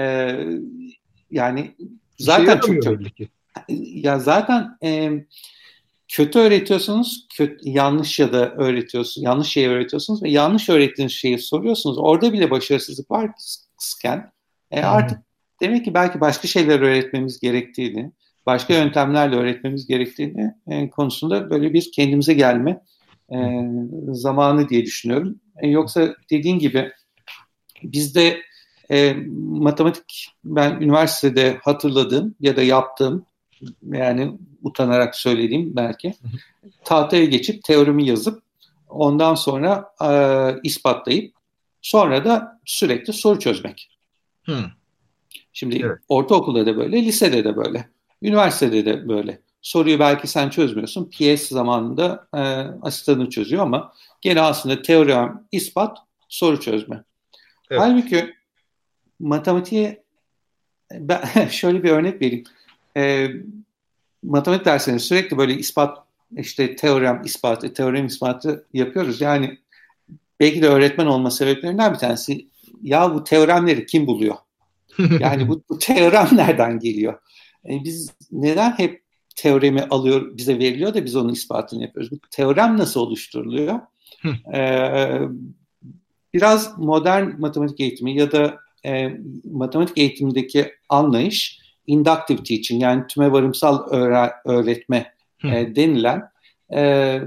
S2: yani zaten çok çok ya zaten e, kötü öğretiyorsunuz, kötü, yanlış ya da öğretiyorsunuz, yanlış şeyi öğretiyorsunuz ve yanlış öğrettiğiniz şeyi soruyorsunuz. Orada bile başarısızlık varken e, artık demek ki belki başka şeyler öğretmemiz gerektiğini, başka yöntemlerle öğretmemiz gerektiğini e, konusunda böyle bir kendimize gelme e, zamanı diye düşünüyorum. E, yoksa dediğin gibi bizde e, matematik, ben üniversitede hatırladığım ya da yaptığım, yani utanarak söylediğim belki, tahtaya geçip teoremi yazıp ondan sonra e, ispatlayıp sonra da sürekli soru çözmek. Hmm. Şimdi evet. Ortaokulda da böyle, lisede de böyle, üniversitede de böyle. Soruyu belki sen çözmüyorsun, P S zamanında e, asistanı çözüyor ama gene aslında teorem, ispat, soru çözme. Evet. Halbuki matematiğe, ben şöyle bir örnek vereyim. E, matematik derslerinde sürekli böyle ispat, işte teorem ispatı, teorem ispatı yapıyoruz. Yani belki de öğretmen olma sebeplerinden bir tanesi, ya bu teoremleri kim buluyor? Yani bu, bu teorem nereden geliyor? E biz neden hep teoremi alıyor, bize veriliyor da biz onun ispatını yapıyoruz? Bu teorem nasıl oluşturuluyor? ee, biraz modern matematik eğitimi ya da e, matematik eğitimindeki anlayış inductive teaching, yani tüme varımsal öğre- öğretme e, denilen e,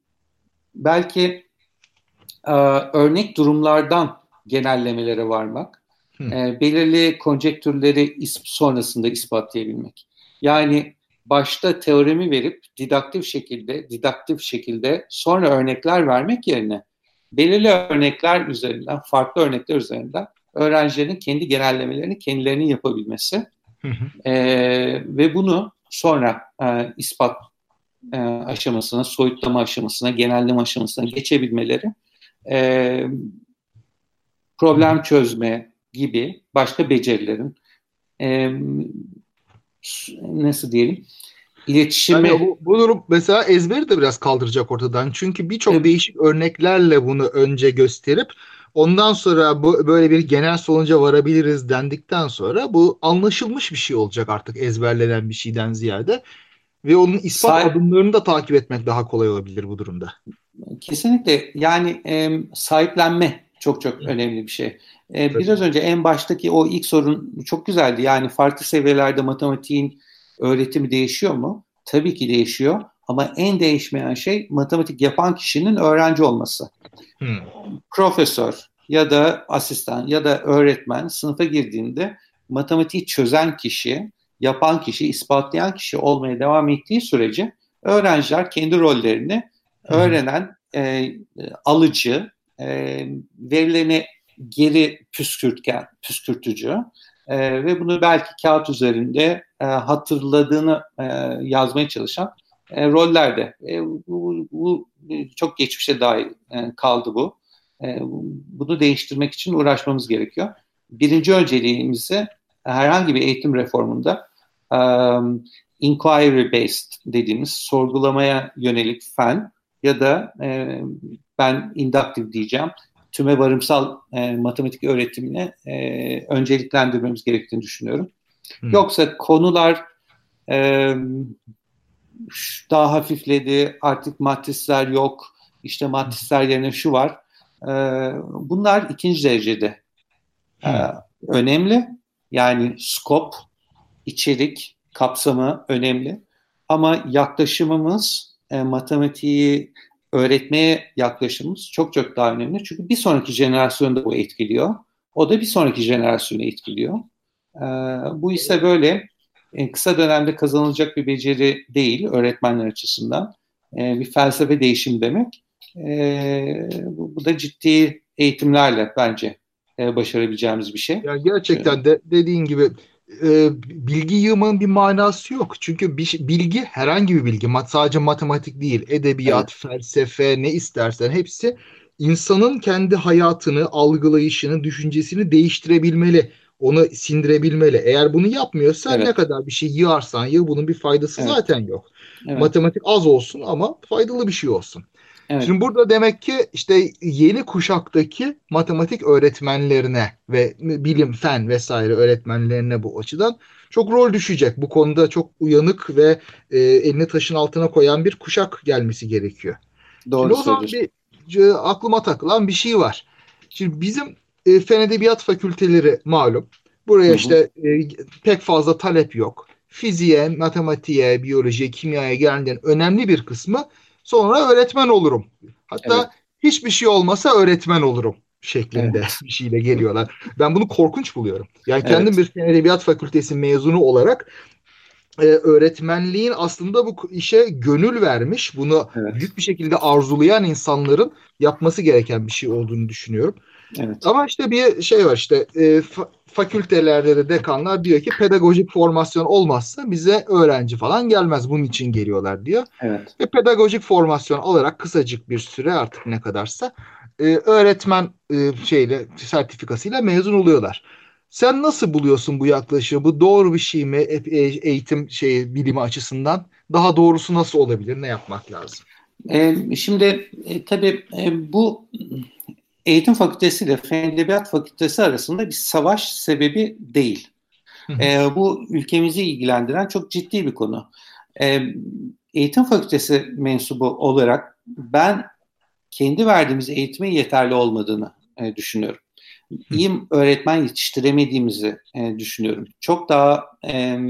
S2: belki e, örnek durumlardan genellemelere varmak, e, belirli konjektürleri is- sonrasında ispatlayabilmek. Yani başta teoremi verip didaktif şekilde, didaktif şekilde sonra örnekler vermek yerine belirli örnekler üzerinden, farklı örnekler üzerinden öğrencilerin kendi genellemelerini kendilerinin yapabilmesi hı hı. E, ve bunu sonra e, ispat e, aşamasına, soyutlama aşamasına, genelleme aşamasına geçebilmeleri, e, problem çözme gibi başka becerilerin e, nasıl diyelim, iletişimi...
S1: Yani bu, bu durum mesela ezberi de biraz kaldıracak ortadan. Çünkü birçok evet. değişik örneklerle bunu önce gösterip ondan sonra bu, böyle bir genel sonuca varabiliriz dendikten sonra bu anlaşılmış bir şey olacak artık, ezberlenen bir şeyden ziyade. Ve onun ispat Sahip... adımlarını da takip etmek daha kolay olabilir bu durumda.
S2: Kesinlikle. Yani e, sahiplenme çok çok önemli bir şey. E, biraz önce en baştaki o ilk sorun çok güzeldi. Yani farklı seviyelerde matematiğin öğretimi değişiyor mu? Tabii ki değişiyor. Ama en değişmeyen şey matematik yapan kişinin öğrenci olması. Hmm. Profesör ya da asistan ya da öğretmen sınıfa girdiğinde matematiği çözen kişi, yapan kişi, ispatlayan kişi olmaya devam ettiği sürece öğrenciler kendi rollerini öğrenen, e, alıcı, e, verilerini geri püskürtken, püskürtücü e, ve bunu belki kağıt üzerinde e, hatırladığını e, yazmaya çalışan e, rollerde. E, bu, bu çok geçmişe dair e, kaldı bu. E, bunu değiştirmek için uğraşmamız gerekiyor. Birinci önceliğimizi herhangi bir eğitim reformunda um, inquiry based dediğimiz sorgulamaya yönelik fen ya da e, ben inductive diyeceğim, tüme varımsal e, matematik öğretimine e, önceliklendirmemiz gerektiğini düşünüyorum. Hmm. Yoksa konular e, daha hafifledi, artık matrisler yok, işte matrisler yerine şu var. E, bunlar ikinci derecede hmm. e, önemli. Yani skop, içerik, kapsamı önemli. Ama yaklaşımımız, e, matematiği öğretmeye yaklaşımımız çok çok daha önemli. Çünkü bir sonraki jenerasyonda bu etkiliyor. O da bir sonraki jenerasyonu etkiliyor. E, bu ise böyle e, kısa dönemde kazanılacak bir beceri değil öğretmenler açısından. e, bir felsefe değişimi demek. E, bu, bu da ciddi eğitimlerle bence e, başarabileceğimiz bir şey.
S1: Yani gerçekten de dediğin gibi e, bilgi yığmanın bir manası yok. Çünkü bir, şey- bilgi herhangi bir bilgi, mat- sadece matematik değil,
S2: Evet,
S1: edebiyat, felsefe, ne istersen hepsi insanın kendi hayatını, algılayışını, düşüncesini değiştirebilmeli. Onu sindirebilmeli. Eğer bunu yapmıyorsa ne
S2: evet,
S1: kadar bir şey yığarsan yığ, bunun bir faydası
S2: evet,
S1: zaten yok.
S2: evet,
S1: Matematik az olsun ama faydalı bir şey olsun.
S2: evet,
S1: Şimdi burada demek ki işte yeni kuşaktaki matematik öğretmenlerine ve bilim, fen vesaire öğretmenlerine bu açıdan çok rol düşecek. Bu konuda çok uyanık ve e, elini taşın altına koyan bir kuşak gelmesi gerekiyor. Şimdi
S2: doğru
S1: o zaman
S2: söylüyorsun.
S1: bir c- aklıma takılan bir şey var. Şimdi bizim e, fen edebiyat fakülteleri malum.
S2: Hı
S1: Buraya
S2: hı,
S1: işte e, pek fazla talep yok. Fiziğe, matematiğe, biyolojiye, kimyaya gelenlerin önemli bir kısmı sonra öğretmen olurum. Hatta
S2: evet,
S1: hiçbir şey olmasa öğretmen olurum şeklinde
S2: evet,
S1: bir şeyle geliyorlar. Ben bunu korkunç buluyorum. Yani kendim
S2: evet,
S1: bir fen edebiyat fakültesi mezunu olarak e, öğretmenliğin aslında bu işe gönül vermiş, bunu
S2: evet,
S1: büyük bir şekilde arzulayan insanların yapması gereken bir şey olduğunu düşünüyorum.
S2: evet,
S1: Ama işte bir şey var işte e, fa- fakültelerde de dekanlar diyor ki pedagojik formasyon olmazsa bize öğrenci falan gelmez. Bunun için geliyorlar diyor.
S2: evet.
S1: Ve pedagojik formasyon alarak kısacık bir süre artık ne kadarsa e, öğretmen e, şeyle sertifikasıyla mezun oluyorlar. Sen nasıl buluyorsun bu yaklaşımı? Bu doğru bir şey mi? E- e- eğitim şey bilimi açısından daha doğrusu nasıl olabilir? Ne yapmak lazım?
S2: E, şimdi e, tabii e, bu eğitim fakültesi ile Fen Edebiyat Fakültesi arasında bir savaş sebebi değil.
S1: Hı hı.
S2: E, bu ülkemizi ilgilendiren çok ciddi bir konu. E, eğitim fakültesi mensubu olarak ben kendi verdiğimiz eğitimin yeterli olmadığını e, düşünüyorum.
S1: Hı
S2: İyi öğretmen yetiştiremediğimizi e, düşünüyorum. Çok daha e,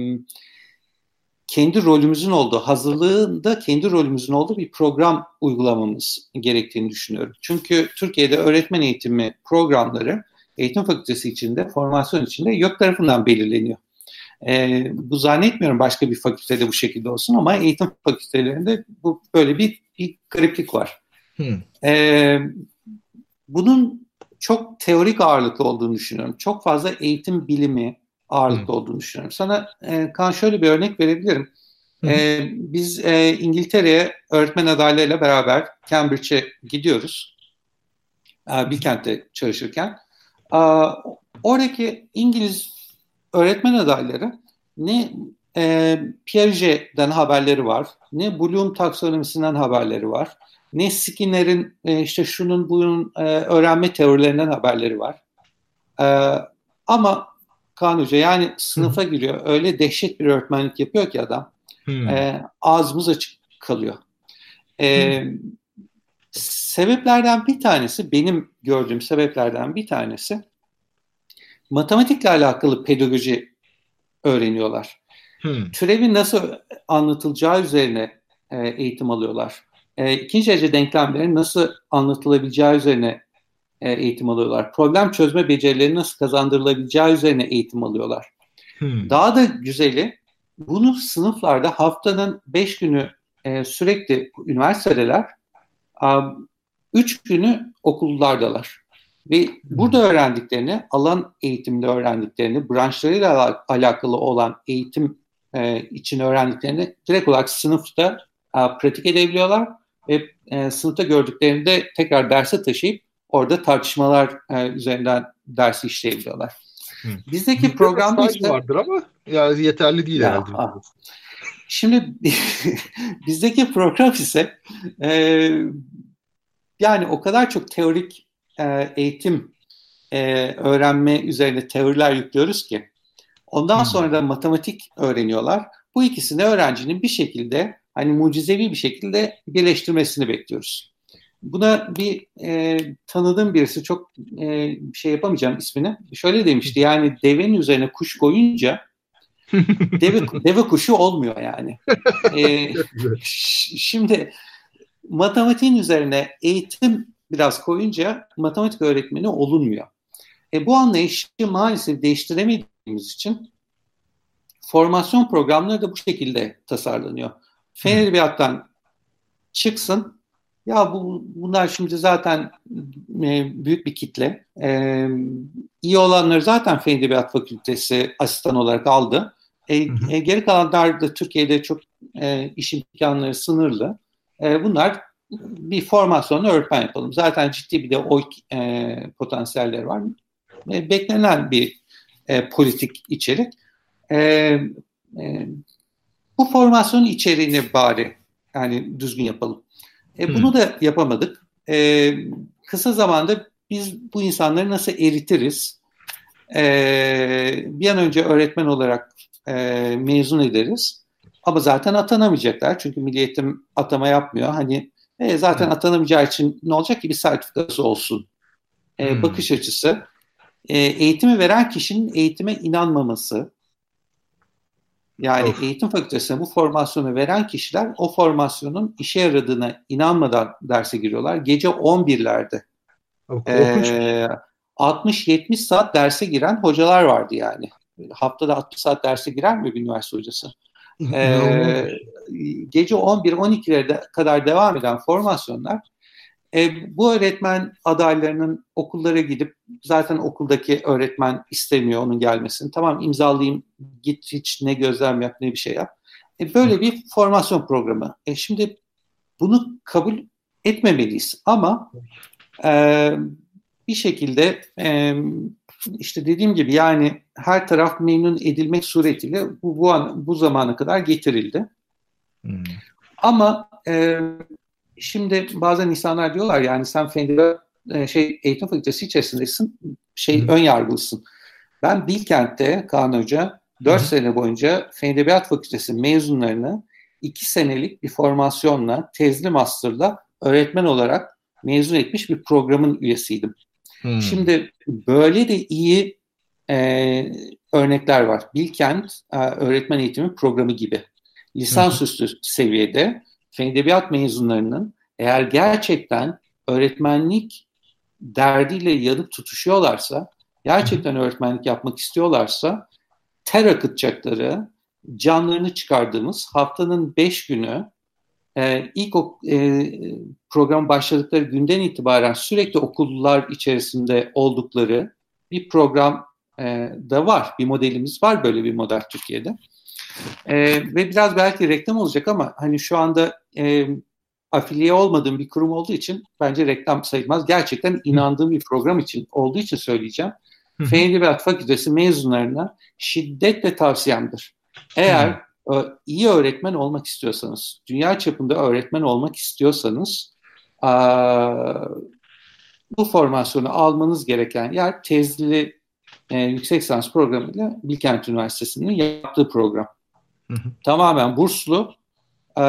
S2: kendi rolümüzün olduğu, hazırlığında kendi rolümüzün olduğu bir program uygulamamız gerektiğini düşünüyorum. Çünkü Türkiye'de öğretmen eğitimi programları eğitim fakültesi içinde, formasyon içinde YÖK tarafından belirleniyor. E, bu zannetmiyorum başka bir fakültede bu şekilde olsun ama eğitim fakültelerinde bu böyle bir, bir gariplik var.
S1: hı.
S2: E, bunun çok teorik ağırlıklı olduğunu düşünüyorum. Çok fazla eğitim bilimi
S1: Hı
S2: ağırlıklı olduğunu düşünüyorum. Sana e, Kaan şöyle bir örnek verebilirim.
S1: hı.
S2: E, biz e, İngiltere'ye öğretmen adaylarıyla beraber Cambridge'e gidiyoruz. E, Bilkent'te çalışırken. E, oradaki İngiliz öğretmen adayları ne e, Piaget'den haberleri var, ne Bloom taksonomisinden haberleri var, ne Skinner'in e, işte şunun bunun e, öğrenme teorilerinden haberleri var. E, ama Kaan Hoca yani
S1: Hı hı.
S2: sınıfa giriyor, öyle dehşet bir öğretmenlik yapıyor ki adam,
S1: Hı
S2: e, ağzımız açık kalıyor.
S1: hı.
S2: E, sebeplerden bir tanesi, benim gördüğüm sebeplerden bir tanesi, matematikle alakalı pedagoji öğreniyorlar.
S1: Hı.
S2: Türevi nasıl anlatılacağı üzerine e, eğitim alıyorlar. E, ikinci derece denklemlerin nasıl anlatılabileceği üzerine e, eğitim alıyorlar. Problem çözme becerileri nasıl kazandırılabileceği üzerine eğitim alıyorlar.
S1: Hı.
S2: Daha da güzeli, bunu sınıflarda haftanın beş günü e, sürekli üniversitedeler, üç günü okullardalar. Ve burada öğrendiklerini, alan eğitimde öğrendiklerini, branşlarıyla alakalı olan eğitim e, için öğrendiklerini direkt olarak sınıfta e, pratik edebiliyorlar ve e, sınıfta gördüklerini de tekrar derse taşıyıp orada tartışmalar e, üzerinden dersi işleyebiliyorlar.
S1: Hı.
S2: Bizdeki
S1: Bizde de
S2: programda
S1: staj
S2: ise
S1: vardır ama ya yeterli değil
S2: ya
S1: herhalde.
S2: ah, şimdi bizdeki program ise e, yani o kadar çok teorik e, eğitim e, öğrenme üzerine teoriler yüklüyoruz ki ondan
S1: Hı.
S2: sonra da matematik öğreniyorlar. Bu ikisini öğrencinin bir şekilde hani mucizevi bir şekilde birleştirmesini bekliyoruz. Buna bir e, tanıdığım birisi çok e, şey yapamayacağım ismini. Şöyle demişti yani devenin üzerine kuş koyunca deve, deve kuşu olmuyor yani. E, şimdi matematiğin üzerine eğitim biraz koyunca matematik öğretmeni olunmuyor. E, bu anlayışı maalesef değiştiremediğimiz için formasyon programları da bu şekilde tasarlanıyor. Fen
S1: Hı.
S2: edebiyattan çıksın. Ya bu bunlar şimdi zaten e, büyük bir kitle. E, iyi olanları zaten Fen Edebiyat Fakültesi asistan olarak aldı. E,
S1: Hı hı.
S2: e, geri kalanlar da Türkiye'de çok e, iş imkanları sınırlı. E, bunlar bir formasyonla öğretmen yapalım. Zaten ciddi bir de oy e, potansiyelleri var. E, beklenen bir e, politik içerik. E, e, bu formasyonun içeriğini bari yani düzgün yapalım. E,
S1: Hı.
S2: bunu da yapamadık. E, kısa zamanda biz bu insanları nasıl eritiriz? E, bir an önce öğretmen olarak e, mezun ederiz. Ama zaten atanamayacaklar. Çünkü Milli Eğitim atama yapmıyor. Hani e, zaten
S1: Evet.
S2: atanamayacağı için ne olacak ki bir sertifikası olsun? E,
S1: Hı.
S2: bakış açısı. E, eğitimi veren kişinin eğitime inanmaması. Yani
S1: Of.
S2: eğitim fakültesine bu formasyonu veren kişiler o formasyonun işe yaradığına inanmadan derse giriyorlar. Gece on birlerde
S1: Of, korkunç bir şey.
S2: e, altmış yetmiş saat derse giren hocalar vardı yani. Haftada altmış saat derse girer mi bir üniversite hocası?
S1: İn- İnanılmaz bir
S2: E,
S1: şey.
S2: gece on bir on ikilere kadar devam eden formasyonlar e, bu öğretmen adaylarının okullara gidip zaten okuldaki öğretmen istemiyor onun gelmesini. Tamam imzalayayım git hiç ne gözlem yap ne bir şey yap. E, böyle bir formasyon programı. E, şimdi bunu kabul etmemeliyiz ama e, bir şekilde e, işte dediğim gibi yani her taraf memnun edilmek suretiyle bu, bu, an, bu zamana kadar getirildi.
S1: Hı.
S2: Ama e, şimdi bazen insanlar diyorlar yani sen Fen Edebiyat e, şey eğitim fakültesi içerisindesin, şey
S1: Hı.
S2: ön yargılısın. Ben Bilkent'te Kaan Hoca
S1: Hı
S2: dört
S1: hı.
S2: sene boyunca Fen Edebiyat Fakültesi mezunlarını iki senelik bir formasyonla, tezli master'la öğretmen olarak mezun etmiş bir programın üyesiydim.
S1: Hı.
S2: Şimdi böyle de iyi e, örnekler var. Bilkent e, öğretmen eğitimi programı gibi.
S1: Hı hı.
S2: Lisansüstü seviyede Fen Edebiyat mezunlarının eğer gerçekten öğretmenlik derdiyle yanıp tutuşuyorlarsa,
S1: Hı hı.
S2: gerçekten öğretmenlik yapmak istiyorlarsa ter akıtacakları, canlarını çıkardığımız haftanın beş günü e, ilk o, e, program başladıkları günden itibaren sürekli okullar içerisinde oldukları bir program e, da var. Bir modelimiz var böyle bir model Türkiye'de. E, ve biraz belki reklam olacak ama hani şu anda e, afiliye olmadığım bir kurum olduğu için bence reklam sayılmaz. Gerçekten inandığım bir program için olduğu için söyleyeceğim.
S1: Hı
S2: Fen
S1: hı.
S2: Edebiyat Fakültesi mezunlarına şiddetle tavsiyemdir. Eğer e, iyi öğretmen olmak istiyorsanız, dünya çapında öğretmen olmak istiyorsanız e, bu formasyonu almanız gereken yer tezli e, yüksek lisans programıyla Bilkent Üniversitesi'nin yaptığı program.
S1: Hı hı.
S2: Tamamen burslu. E,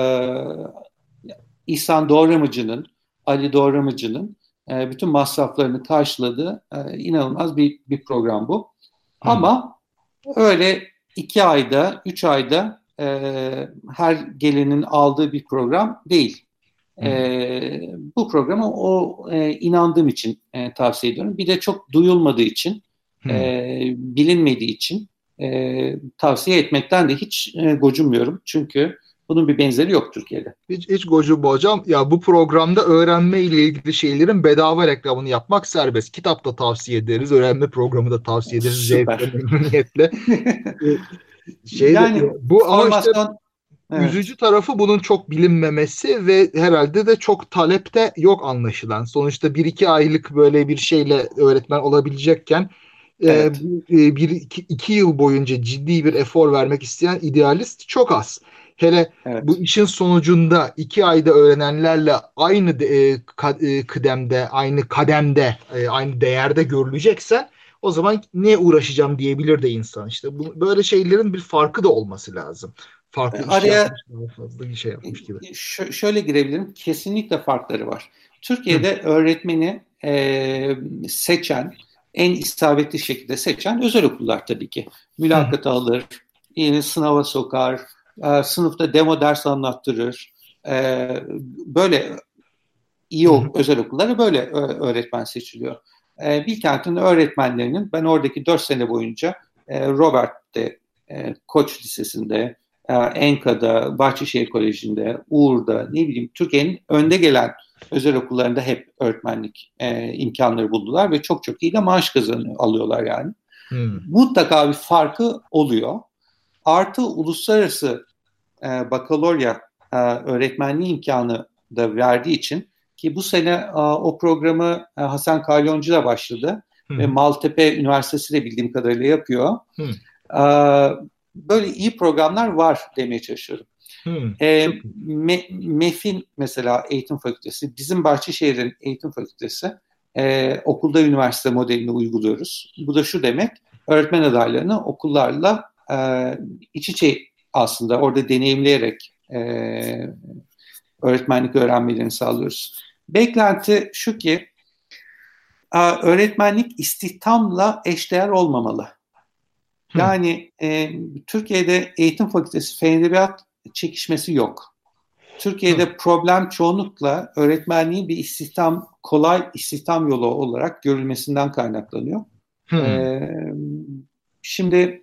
S2: İhsan Doğramıcı'nın, Ali Doğramıcı'nın e, bütün masraflarını karşıladığı e, inanılmaz bir, bir program bu.
S1: Hı hı.
S2: Ama öyle iki ayda, üç ayda e, her gelenin aldığı bir program değil.
S1: Hı
S2: E, bu programı o e, inandığım için e, tavsiye ediyorum. Bir de çok duyulmadığı için,
S1: hı.
S2: e, bilinmediği için e, tavsiye etmekten de hiç e, gocunmuyorum. Çünkü bunun bir benzeri yok Türkiye'de.
S1: Hiç, hiç gocu bu hocam. Ya bu programda öğrenme ile ilgili şeylerin bedava reklamını yapmak serbest. Kitap da tavsiye ederiz. Öğrenme programı da tavsiye ederiz. Zevkle,
S2: Süper.
S1: memnuniyetle. Ee, Şeyde,
S2: Yani
S1: ya bu ama işte
S2: formasyon, evet,
S1: üzücü tarafı bunun çok bilinmemesi ve herhalde de çok talep de yok anlaşılan. Sonuçta bir iki aylık böyle bir şeyle öğretmen olabilecekken e,
S2: evet,
S1: bir, bir iki, iki yıl boyunca ciddi bir efor vermek isteyen idealist çok az. Hele bu
S2: evet.
S1: işin sonucunda iki ayda öğrenenlerle aynı de- e, ka- e, kıdemde, aynı kademde, e, aynı değerde görülecekse o zaman ne uğraşacağım diyebilir de insan. İşte bu, böyle şeylerin bir farkı da olması lazım. Farklı iş
S2: Araya
S1: yapmış, daha fazla bir şey yapmış gibi.
S2: ş- şöyle girebilirim. Kesinlikle farkları var.
S1: Hı,
S2: Türkiye'de öğretmeni e, seçen, en isabetli şekilde seçen özel okullar tabii ki.
S1: hı,
S2: Mülakat alır, yeni sınava sokar, e, sınıfta demo ders anlattırır. E, böyle iyi
S1: hı,
S2: o,
S1: hı,
S2: özel okullara böyle öğretmen seçiliyor. E, Bilkent'in öğretmenlerinin ben oradaki dört sene boyunca e, Robert'te, e, Koç Lisesi'nde, e, Enka'da, Bahçeşehir Koleji'nde, Uğur'da, ne bileyim Türkiye'nin önde gelen özel okullarında hep öğretmenlik e, imkanları buldular ve çok çok iyi de maaş kazanıyor, alıyorlar yani.
S1: Hmm.
S2: Mutlaka bir farkı oluyor. Artı uluslararası e, bakalorya e, öğretmenliği imkanı da verdiği için ki bu sene e, o programı e, Hasan Kalyoncu da başladı
S1: Hmm.
S2: ve Maltepe Üniversitesi de bildiğim kadarıyla yapıyor.
S1: Hmm.
S2: E, böyle iyi programlar var demeye çalışıyorum.
S1: Hmm.
S2: E, Me, MEF'in mesela eğitim fakültesi, bizim Bahçeşehir'in eğitim fakültesi e, okulda üniversite modelini uyguluyoruz. Bu da şu demek, öğretmen adaylarını okullarla e, iç içe aslında orada deneyimleyerek e, öğretmenlik öğrenmelerini sağlıyoruz. Beklenti şu ki öğretmenlik istihdamla eşdeğer olmamalı. Yani e, Türkiye'de eğitim fakültesi fen edebiyat çekişmesi yok. Türkiye'de Hı. problem çoğunlukla öğretmenliğin bir istihdam, kolay istihdam yolu olarak görülmesinden kaynaklanıyor. Ee, şimdi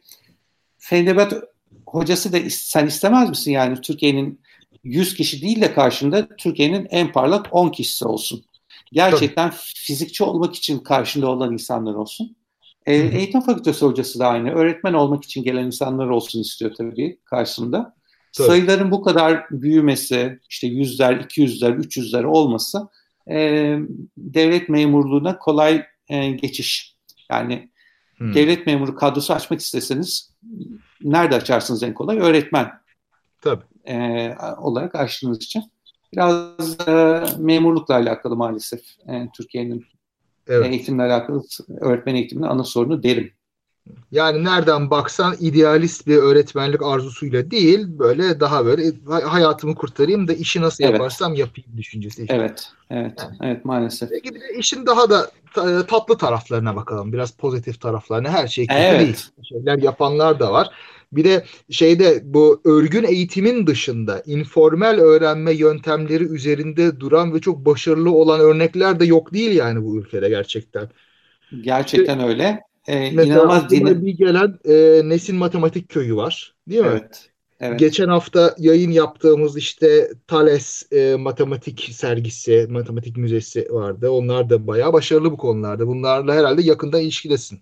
S2: fen edebiyat hocası da sen istemez misin yani Türkiye'nin yüz kişi değil de karşında Türkiye'nin en parlak on kişisi olsun. Gerçekten Tabii. fizikçi olmak için karşında olan insanlar olsun. Ee, eğitim fakültesi hocası da aynı. Öğretmen olmak için gelen insanlar olsun istiyor tabii karşısında. Tabii. Sayıların bu kadar büyümesi, işte yüzler, iki yüzler, üç yüzler olması e, devlet memurluğuna kolay e, geçiş. Yani hmm. devlet memuru kadrosu açmak isteseniz nerede açarsınız en kolay? Öğretmen Tabii. E, olarak açtığınız için. Biraz e, memurlukla alakalı maalesef e, Türkiye'nin evet. eğitimle alakalı öğretmen eğitiminin ana sorunu derim.
S1: Yani nereden baksan idealist bir öğretmenlik arzusuyla değil, böyle daha böyle hayatımı kurtarayım da işi nasıl
S2: evet.
S1: yaparsam yapayım düşüncesi.
S2: Evet, evet, yani. evet maalesef.
S1: Peki bir de işin daha da tatlı taraflarına bakalım, biraz pozitif taraflarına. Her şey kötü
S2: evet.
S1: değil. Şeyler yapanlar da var. Bir de şeyde bu örgün eğitimin dışında informal öğrenme yöntemleri üzerinde duran ve çok başarılı olan örnekler de yok değil yani bu ülkede gerçekten.
S2: Gerçekten işte, öyle. Ee,
S1: mesela
S2: inanılmaz
S1: aklıma
S2: dini...
S1: bir gelen e, Nesin Matematik Köyü var. Değil mi?
S2: Evet. Evet.
S1: Geçen hafta yayın yaptığımız işte Thales e, matematik sergisi, matematik müzesi vardı. Onlar da bayağı başarılı bu konularda. Bunlarla herhalde yakından ilişkidesin.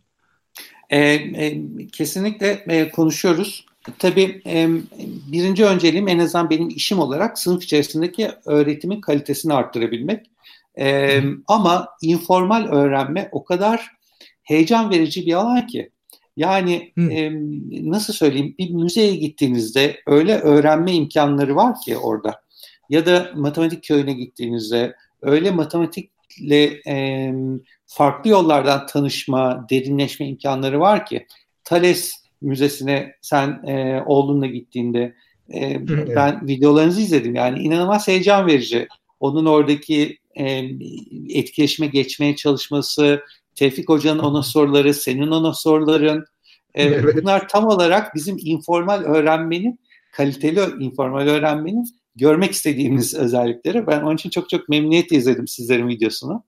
S2: E, e, kesinlikle e, konuşuyoruz. Tabii e, birinci önceliğim en azından benim işim olarak sınıf içerisindeki öğretimin kalitesini arttırabilmek. E, ama informal öğrenme o kadar heyecan verici bir alan ki. Yani e, nasıl söyleyeyim, bir müzeye gittiğinizde öyle öğrenme imkanları var ki orada. Ya da matematik köyüne gittiğinizde öyle matematikle e, farklı yollardan tanışma, derinleşme imkanları var ki. Thales Müzesi'ne sen e, oğlunla gittiğinde e, evet. ben videolarınızı izledim. Yani inanılmaz heyecan verici. Onun oradaki e, etkileşime geçmeye çalışması, Tevfik Hoca'nın ona soruları, senin ona soruların. E, evet. Bunlar tam olarak bizim informal öğrenmenin, kaliteli informal öğrenmenin görmek istediğimiz özellikleri. Ben onun için çok çok memnuniyetle izledim sizlerin videosunu.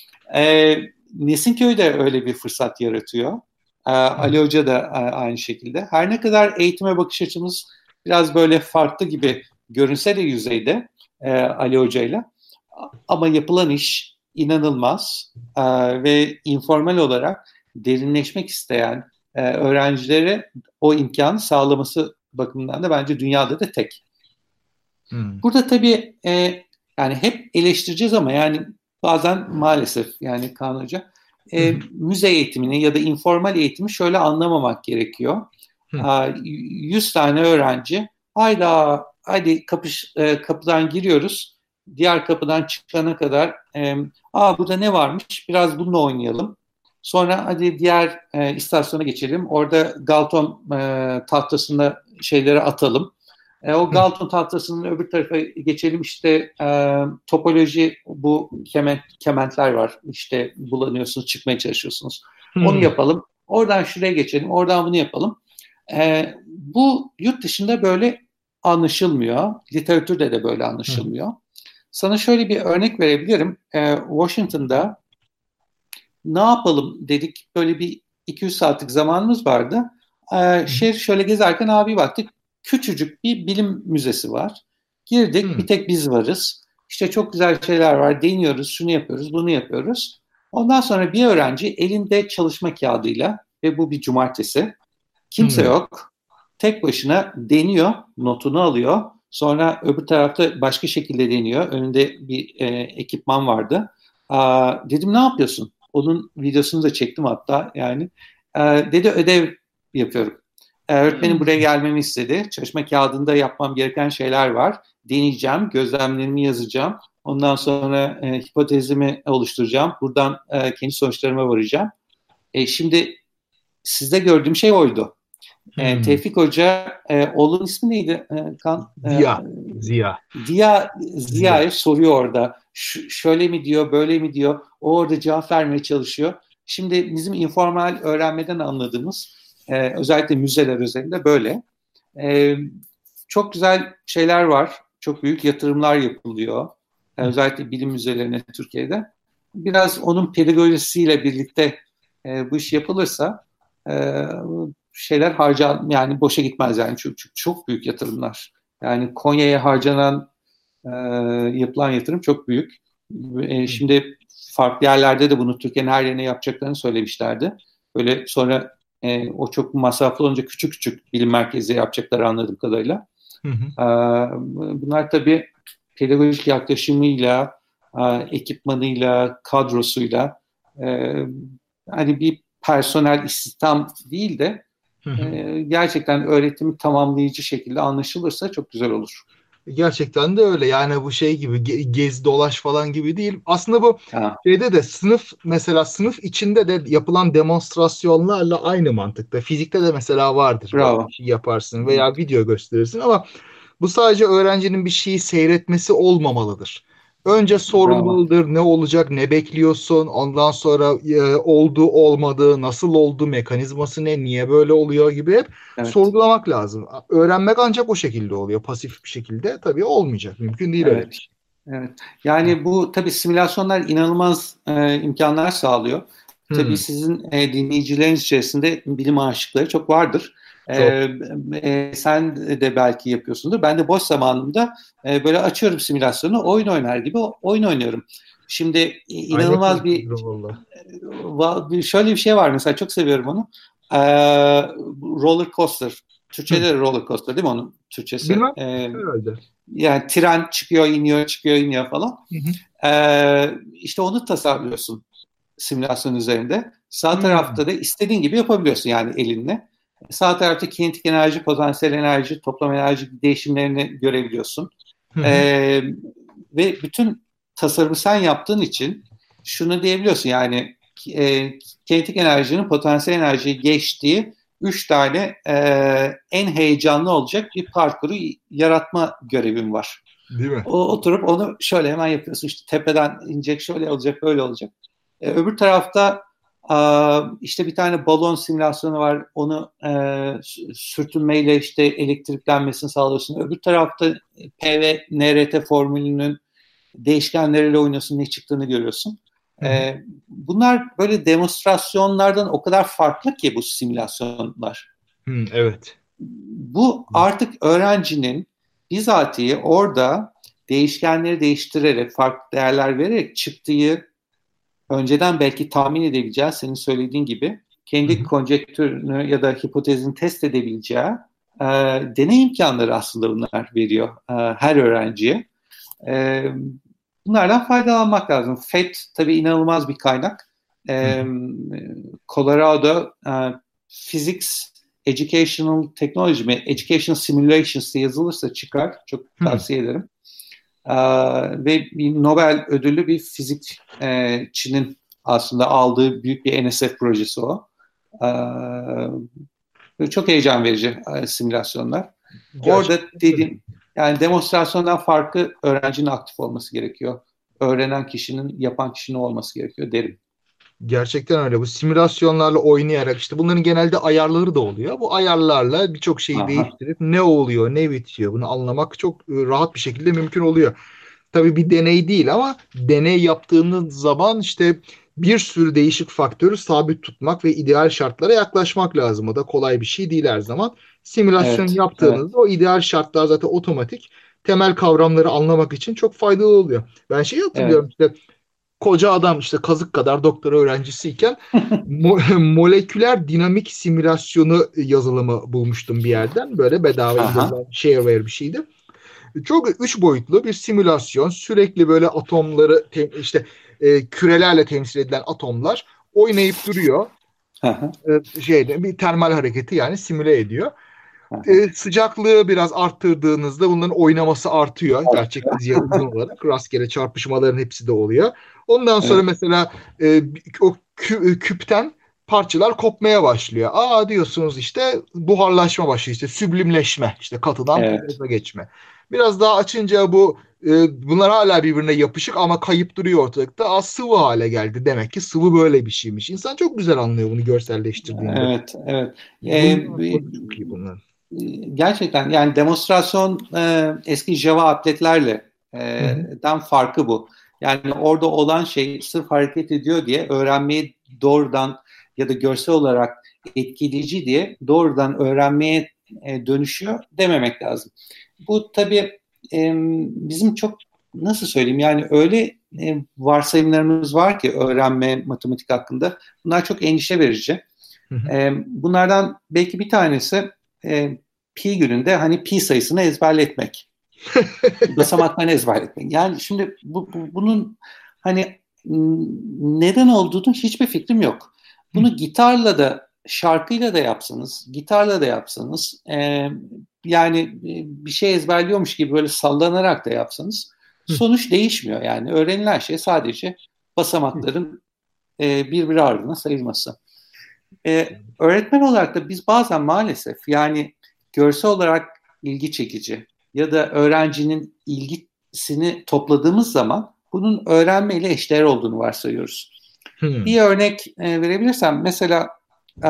S2: E, Nesinköy de öyle bir fırsat yaratıyor. E, Ali Hoca da e, aynı şekilde. Her ne kadar eğitime bakış açımız biraz böyle farklı gibi görünse de yüzeyde e, Ali Hoca'yla. Ama yapılan iş inanılmaz e, ve informal olarak derinleşmek isteyen e, öğrencilere o imkanı sağlaması bakımından da bence dünyada da tek. Hmm. Burada tabii e, yani hep eleştireceğiz ama yani bazen maalesef yani Kaan Hoca e, müze eğitimini ya da informal eğitimi şöyle anlamamak gerekiyor. E, yüz tane öğrenci hayda hadi kapış, e, kapıdan giriyoruz, diğer kapıdan çıkana kadar e, aa burada ne varmış biraz bununla oynayalım. Sonra hadi diğer e, istasyona geçelim. Orada Galton e, tahtasında şeyleri atalım. E, o Galton tahtasının öbür tarafa geçelim, işte e, topoloji, bu kement, kementler var. İşte bulanıyorsunuz, çıkmaya çalışıyorsunuz. Hmm. Onu yapalım. Oradan şuraya geçelim. Oradan bunu yapalım. E, bu yurt dışında böyle anlaşılmıyor. Literatürde de böyle anlaşılmıyor. Hmm. Sana şöyle bir örnek verebilirim. E, Washington'da ne yapalım dedik. Böyle bir iki yüz saatlik zamanımız vardı. E, şehir şöyle gezerken abi baktık. küçücük bir bilim müzesi var. Girdik,
S1: Hmm.
S2: bir tek biz varız. İşte çok güzel şeyler var, deniyoruz, şunu yapıyoruz, bunu yapıyoruz. Ondan sonra bir öğrenci elinde çalışma kağıdıyla ve bu bir cumartesi, kimse
S1: Hmm.
S2: yok, tek başına deniyor, notunu alıyor. Sonra öbür tarafta başka şekilde deniyor. Önünde bir e, ekipman vardı. Aa, dedim ne yapıyorsun? Onun videosunu da çektim hatta yani. Ee, dedi ödev yapıyorum. Ee, öğretmenim buraya gelmemi istedi. Çalışma kağıdında yapmam gereken şeyler var. Deneyeceğim, gözlemlerimi yazacağım. Ondan sonra e, hipotezimi oluşturacağım. Buradan e, kendi sonuçlarıma varacağım. E, şimdi sizde gördüğüm şey oydu. E,
S1: Hmm.
S2: Tevfik Hoca, e, oğlunun ismi neydi? E, kan, e,
S1: Ziya. Ziya.
S2: Ziya,
S1: Ziya.
S2: Ziya'ya soruyor orada. Ş- şöyle mi diyor, böyle mi diyor. O orada cevap vermeye çalışıyor. Şimdi bizim informal öğrenmeden anladığımız, e, özellikle müzeler özelinde böyle. E, çok güzel şeyler var. Çok büyük yatırımlar yapılıyor. E, özellikle bilim müzelerine Türkiye'de. Biraz onun pedagojisiyle birlikte e, bu iş yapılırsa e, şeyler harcan yani boşa gitmez yani çünkü çok, çok büyük yatırımlar. Yani Konya'ya harcanan e, yapılan yatırım çok büyük. E, şimdi farklı yerlerde de bunu Türkiye'nin her yerine yapacaklarını söylemişlerdi. Böyle sonra e, o çok masraflı olunca küçük küçük bilim merkezi yapacakları anladığım kadarıyla.
S1: Hı hı.
S2: E, bunlar tabii pedagojik yaklaşımıyla, e, ekipmanıyla, kadrosuyla e, hani bir personel istihdam değil de
S1: Hı hı.
S2: e, gerçekten öğretimi tamamlayıcı şekilde anlaşılırsa çok güzel olur.
S1: Gerçekten de öyle. Yani bu şey gibi ge- gez dolaş falan gibi değil. Aslında bu
S2: Ha,
S1: şeyde de sınıf mesela sınıf içinde de yapılan demonstrasyonlarla aynı mantıkta. Fizikte de mesela vardır böyle
S2: bravo.
S1: bir şey yaparsın veya video gösterirsin ama bu sadece öğrencinin bir şeyi seyretmesi olmamalıdır. Önce
S2: Bravo.
S1: sorulmalıdır. Ne olacak, ne bekliyorsun? Ondan sonra e, oldu, olmadı, nasıl oldu, mekanizması ne, niye böyle oluyor gibi hep
S2: Evet.
S1: sorgulamak lazım. Öğrenmek ancak o şekilde oluyor. Pasif bir şekilde tabii olmayacak. Mümkün değil öyle bir
S2: Evet.
S1: şey.
S2: Evet. Yani bu tabii simülasyonlar inanılmaz e, imkanlar sağlıyor. Tabii
S1: Hmm,
S2: sizin e, dinleyicileriniz içerisinde bilim aşıkları çok vardır.
S1: çok.
S2: E, e, sen de belki yapıyorsundur. Ben de boş zamanımda e, böyle açıyorum simülasyonu, oyun oynar gibi oyun oynuyorum. Şimdi
S1: Ay ne
S2: inanılmaz bir
S1: keyifli valla.
S2: şöyle bir şey var mesela çok seviyorum onu. E, roller coaster.
S1: Hı,
S2: Türkçe'de de roller coaster değil mi onun Türkçesi?
S1: bilmem.
S2: E,
S1: Herhalde.
S2: yani tren çıkıyor iniyor çıkıyor iniyor falan.
S1: Hı hı.
S2: Ee, işte onu tasarlıyorsun simülasyon üzerinde. Sağ
S1: Hmm,
S2: tarafta da istediğin gibi yapabiliyorsun yani elinle. Sağ tarafta kinetik enerji, potansiyel enerji, toplam enerji değişimlerini görebiliyorsun.
S1: hı hı.
S2: Ee, ve bütün tasarımı sen yaptığın için şunu diyebiliyorsun yani e, kinetik enerjinin potansiyel enerjiyi geçtiği üç tane e, en heyecanlı olacak bir parkuru yaratma görevim var.
S1: Değil mi?
S2: O, oturup onu şöyle hemen yapıyorsun. İşte tepeden inecek, şöyle olacak, böyle olacak. E, öbür tarafta a, işte bir tane balon simülasyonu var. Onu e, sürtünmeyle işte elektriklenmesini sağlıyorsun. Öbür tarafta P ve N R T formülünün değişkenleriyle oynuyorsun, ne çıktığını görüyorsun.
S1: Hı hı.
S2: E, bunlar böyle demonstrasyonlardan o kadar farklı ki bu simülasyonlar.
S1: Hı, evet.
S2: Bu artık öğrencinin bizatihi orada değişkenleri değiştirerek, farklı değerler vererek çıktığı önceden belki tahmin edebileceği, senin söylediğin gibi
S1: Hı
S2: kendi
S1: hı.
S2: konjektürünü ya da hipotezini test edebileceği e, deney imkanları aslında bunlar veriyor e, her öğrenciye. E, bunlardan faydalanmak lazım. F E T tabii inanılmaz bir kaynak.
S1: Hı hı.
S2: E, Colorado e, Physics Educational Technology mi? Educational Simulations diye yazılırsa çıkar. Çok
S1: Hı.
S2: tavsiye ederim. Ee, ve bir Nobel ödüllü bir fizikçinin aslında aldığı büyük bir N S F projesi o. Ee, çok heyecan verici e, simülasyonlar. Orada
S1: Gerçekten öyle.
S2: dediğim yani demonstrasyondan farkı öğrencinin aktif olması gerekiyor. Öğrenen kişinin, yapan kişinin olması gerekiyor derim.
S1: Gerçekten öyle. Bu simülasyonlarla oynayarak işte bunların genelde ayarları da oluyor. Bu ayarlarla birçok şeyi
S2: Aha,
S1: değiştirip ne oluyor, ne bitiyor bunu anlamak çok e, rahat bir şekilde mümkün oluyor. tabii bir deney değil ama deney yaptığınız zaman işte bir sürü değişik faktörü sabit tutmak ve ideal şartlara yaklaşmak lazım. O da kolay bir şey değil her zaman. Simülasyon
S2: Evet, evet,
S1: yaptığınızda o ideal şartlar zaten otomatik temel kavramları anlamak için çok faydalı oluyor. Ben şeyi
S2: evet.
S1: hatırlıyorum işte koca adam işte kazık kadar doktora öğrencisiyken mo- moleküler dinamik simülasyonu yazılımı bulmuştum bir yerden. Böyle bedava
S2: Aha,
S1: indirilen shareware bir şeydi. Çok üç boyutlu bir simülasyon. Sürekli böyle atomları te- işte e, kürelerle temsil edilen atomlar oynayıp duruyor.
S2: aha,
S1: E, şeyde bir termal hareketi yani simüle ediyor.
S2: aha.
S1: E, sıcaklığı biraz arttırdığınızda bunların oynaması artıyor. Gerçek fiziğe uygun olarak rastgele çarpışmaların hepsi de oluyor. Ondan sonra
S2: Evet,
S1: mesela e, o kü- küpten parçalar kopmaya başlıyor. Aa diyorsunuz işte buharlaşma başlıyor işte süblimleşme işte katıdan
S2: evet.
S1: gaza geçme. Biraz daha açınca bu e, bunlar hala birbirine yapışık ama kayıp duruyor ortalıkta. Az sıvı hale geldi. Demek ki sıvı böyle bir şeymiş. İnsan çok güzel anlıyor bunu görselleştirdiğinde.
S2: Evet, evet.
S1: Bunun
S2: Ee,
S1: anlatması
S2: bi-
S1: çok iyi bunlar.
S2: Gerçekten yani demonstrasyon e, eski Java appletlerle
S1: Hı
S2: e,
S1: hı.
S2: den farkı bu. Yani orada olan şey sırf hareket ediyor diye öğrenmeyi doğrudan ya da görsel olarak etkileyici diye doğrudan öğrenmeye e, dönüşüyor dememek lazım. Bu tabii e, bizim çok nasıl söyleyeyim yani öyle e, varsayımlarımız var ki öğrenme matematik hakkında. Bunlar çok endişe verici.
S1: Hı hı.
S2: E, bunlardan belki bir tanesi e, pi gününde hani pi sayısını ezberletmek. Basamaklarını ezberletmek. Yani şimdi bu, bu- bunun hani neden olduğunu hiçbir fikrim yok. Bunu gitarla da şarkıyla da yapsanız, gitarla da yapsanız e, yani e, bir şey ezberliyormuş gibi böyle sallanarak da yapsanız sonuç değişmiyor. Yani öğrenilen şey sadece basamakların e, birbiri ardına sayılması. Ee, öğretmen olarak da biz bazen maalesef yani görsel olarak ilgi çekici ya da öğrencinin ilgisini topladığımız zaman bunun öğrenmeyle eşdeğer olduğunu varsayıyoruz.
S1: Hı
S2: Bir örnek e, verebilirsem mesela e,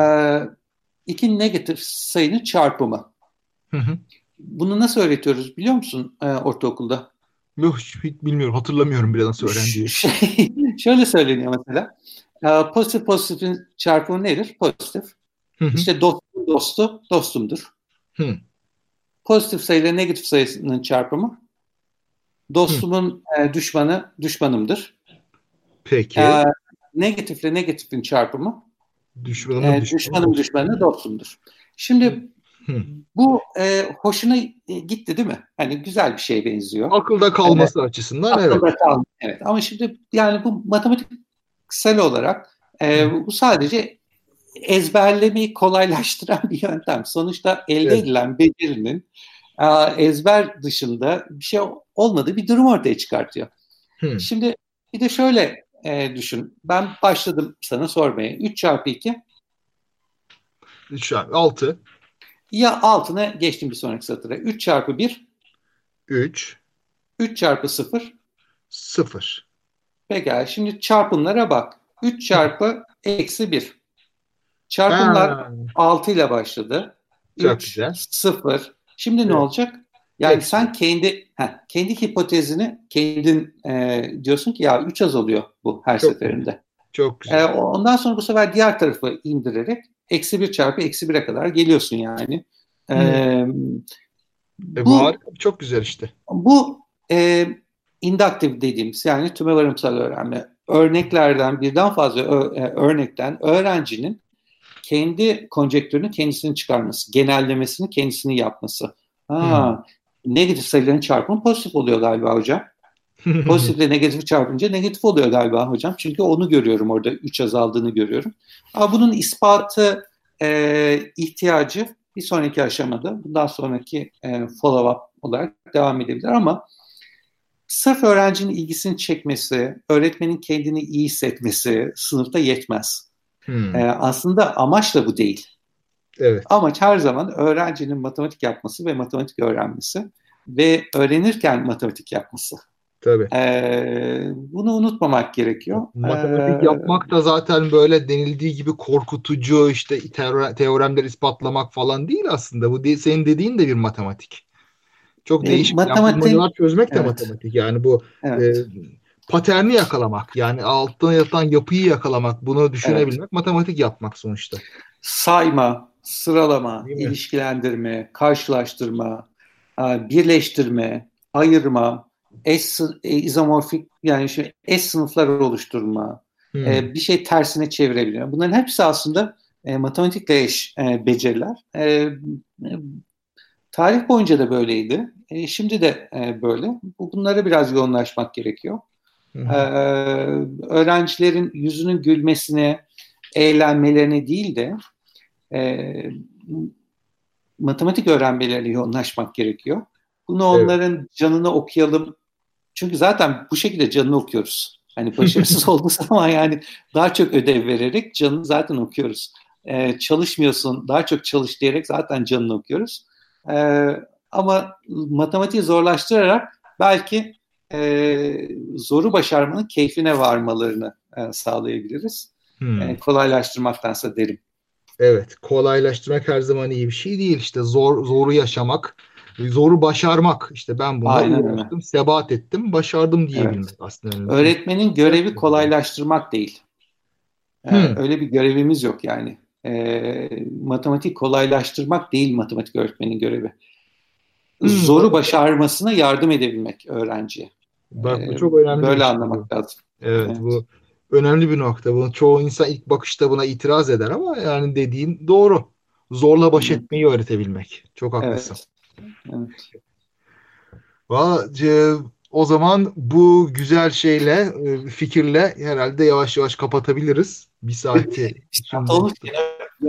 S2: iki negatif sayının çarpımı.
S1: hı. Hı.
S2: Bunu nasıl öğretiyoruz biliyor musun e, ortaokulda?
S1: Yok hiç bilmiyorum hatırlamıyorum bile nasıl
S2: Ş-
S1: öğrendiği.
S2: Şey, şöyle söyleniyor mesela. E, pozitif pozitifin çarpımı nedir? Pozitif.
S1: Hı hı.
S2: İşte dostum dostu dostumdur.
S1: Hı
S2: Pozitif sayıyla negatif sayısının çarpımı.
S1: hı.
S2: Dostumun e, düşmanı düşmanımdır.
S1: Peki.
S2: E, negatifle negatifin çarpımı.
S1: Düşmanımın
S2: E,
S1: düşmanı
S2: düşmanım
S1: dostum.
S2: düşmanı dostumdur. Şimdi
S1: Hı.
S2: bu e, hoşuna e, gitti değil mi? Hani güzel bir şeye benziyor.
S1: Akılda
S2: E,
S1: kalması açısından evet.
S2: akılda kaldı. Evet. Ama şimdi yani bu matematiksel olarak
S1: Hı.
S2: e, bu sadece ezberlemeyi kolaylaştıran bir yöntem. Sonuçta elde
S1: Evet.
S2: edilen becerinin e, ezber dışında bir şey olmadığı bir durum ortaya çıkartıyor.
S1: Hı.
S2: Şimdi bir de şöyle e, düşün. Ben başladım sana sormaya. üç çarpı iki
S1: Şu an altı,
S2: ya altına geçtim bir sonraki satıra. üç çarpı bir,
S1: üç,
S2: üç çarpı sıfır.
S1: sıfır.
S2: Pekala şimdi çarpımlara bak. üç
S1: Hı.
S2: çarpı eksi bir. Çarpımlar
S1: Ha,
S2: altı ile başladı.
S1: çok
S2: üç,
S1: güzel.
S2: sıfır. Şimdi ne
S1: Evet.
S2: olacak? Yani
S1: Eksi.
S2: sen kendi heh, kendi hipotezini kendin e, diyorsun ki ya üç azalıyor bu her
S1: Çok güzel.
S2: seferinde.
S1: Çok
S2: E,
S1: güzel.
S2: ondan sonra bu sefer diğer tarafı indirerek eksi bir çarpı eksi bire kadar geliyorsun yani. E,
S1: Hı. E, bu
S2: bu
S1: harika. Çok güzel işte.
S2: bu e, induktif dediğimiz yani tüme varımsal öğrenme örneklerden birden fazla ö- e, örnekten öğrencinin kendi konjektörünü kendisinin çıkarması, genellemesini kendisinin yapması.
S1: Hı.
S2: Ha, negatif sayıların çarpımı pozitif oluyor galiba hocam. Pozitifle negatifi çarpınca negatif oluyor galiba hocam. Çünkü onu görüyorum orada üç azaldığını görüyorum. Ama bunun ispatı e, ihtiyacı bir sonraki aşamada bundan sonraki e, follow-up olarak devam edebilir ama sırf öğrencinin ilgisini çekmesi, öğretmenin kendini iyi hissetmesi sınıfta yetmez. E,
S1: Hı.
S2: aslında amaç da bu değil.
S1: Evet.
S2: Amaç her zaman öğrencinin matematik yapması ve matematik öğrenmesi ve öğrenirken matematik yapması.
S1: Tabii.
S2: Ee, bunu unutmamak gerekiyor.
S1: Matematik
S2: Ee,
S1: yapmak da zaten böyle denildiği gibi korkutucu işte teore- teoremleri ispatlamak falan değil aslında. Bu değil, senin dediğin de bir matematik. Çok
S2: E,
S1: değişik. Yani
S2: matematik,
S1: bulmacalar çözmek de
S2: evet,
S1: matematik. Yani bu e,
S2: evet,
S1: paterni yakalamak. Yani altta yatan yapıyı yakalamak. Bunu
S2: evet.
S1: düşünebilmek matematik yapmak sonuçta.
S2: Sayma, sıralama,
S1: Değil mi?
S2: ilişkilendirme, karşılaştırma, e, birleştirme, ayırma, eş, e, izomorfik yani şu eş sınıflar oluşturma,
S1: Hmm.
S2: e, bir şey tersine çevirebiliyor. Bunların hepsi aslında e, matematikle eş e, beceriler. E, e, tarih boyunca da böyleydi. E, şimdi de e, böyle. Bu- Bunlara biraz yoğunlaşmak gerekiyor.
S1: Hı
S2: E,
S1: hı.
S2: öğrencilerin yüzünün gülmesine, eğlenmelerine değil de e, matematik öğrenmelerine yoğunlaşmak gerekiyor. Bunu
S1: Evet.
S2: onların canını okuyalım. Çünkü zaten bu şekilde canını okuyoruz. Hani başarısız olduğu zaman yani daha çok ödev vererek canını zaten okuyoruz. Ee, çalışmıyorsun, daha çok çalış diyerek zaten canını okuyoruz. Ee, ama matematiği zorlaştırarak belki e, zoru başarmanın keyfine varmalarını e, sağlayabiliriz. E,
S1: Hmm.
S2: kolaylaştırmaktansa derim.
S1: Evet, kolaylaştırmak her zaman iyi bir şey değil. İşte zor zoru yaşamak, zoru başarmak. İşte ben bununla
S2: Aynen öyle.
S1: uğraştım, sebat ettim, başardım
S2: Evet.
S1: diyebilmek aslında önemli. Çünkü
S2: Öğretmenin görevi kolaylaştırmak değil. Ee,
S1: hmm.
S2: öyle bir görevimiz yok yani. Ee, matematik kolaylaştırmak değil matematik öğretmenin görevi.
S1: Hmm.
S2: Zoru
S1: Bak,
S2: başarmasına yardım edebilmek öğrenciye.
S1: bak bu
S2: Ee,
S1: çok önemli bir
S2: böyle
S1: şey bu.
S2: anlamak lazım.
S1: Evet,
S2: Evet.
S1: bu önemli bir nokta. Bunu çoğu insan ilk bakışta buna itiraz eder ama yani dediğin doğru. Zorla baş
S2: Evet.
S1: etmeyi öğretebilmek. Çok haklısın.
S2: Evet. Evet.
S1: Valla, e, o zaman bu güzel şeyle, e, fikirle herhalde yavaş yavaş kapatabiliriz. Bir saati
S2: Saat
S1: şimdi.
S2: olmuş ya.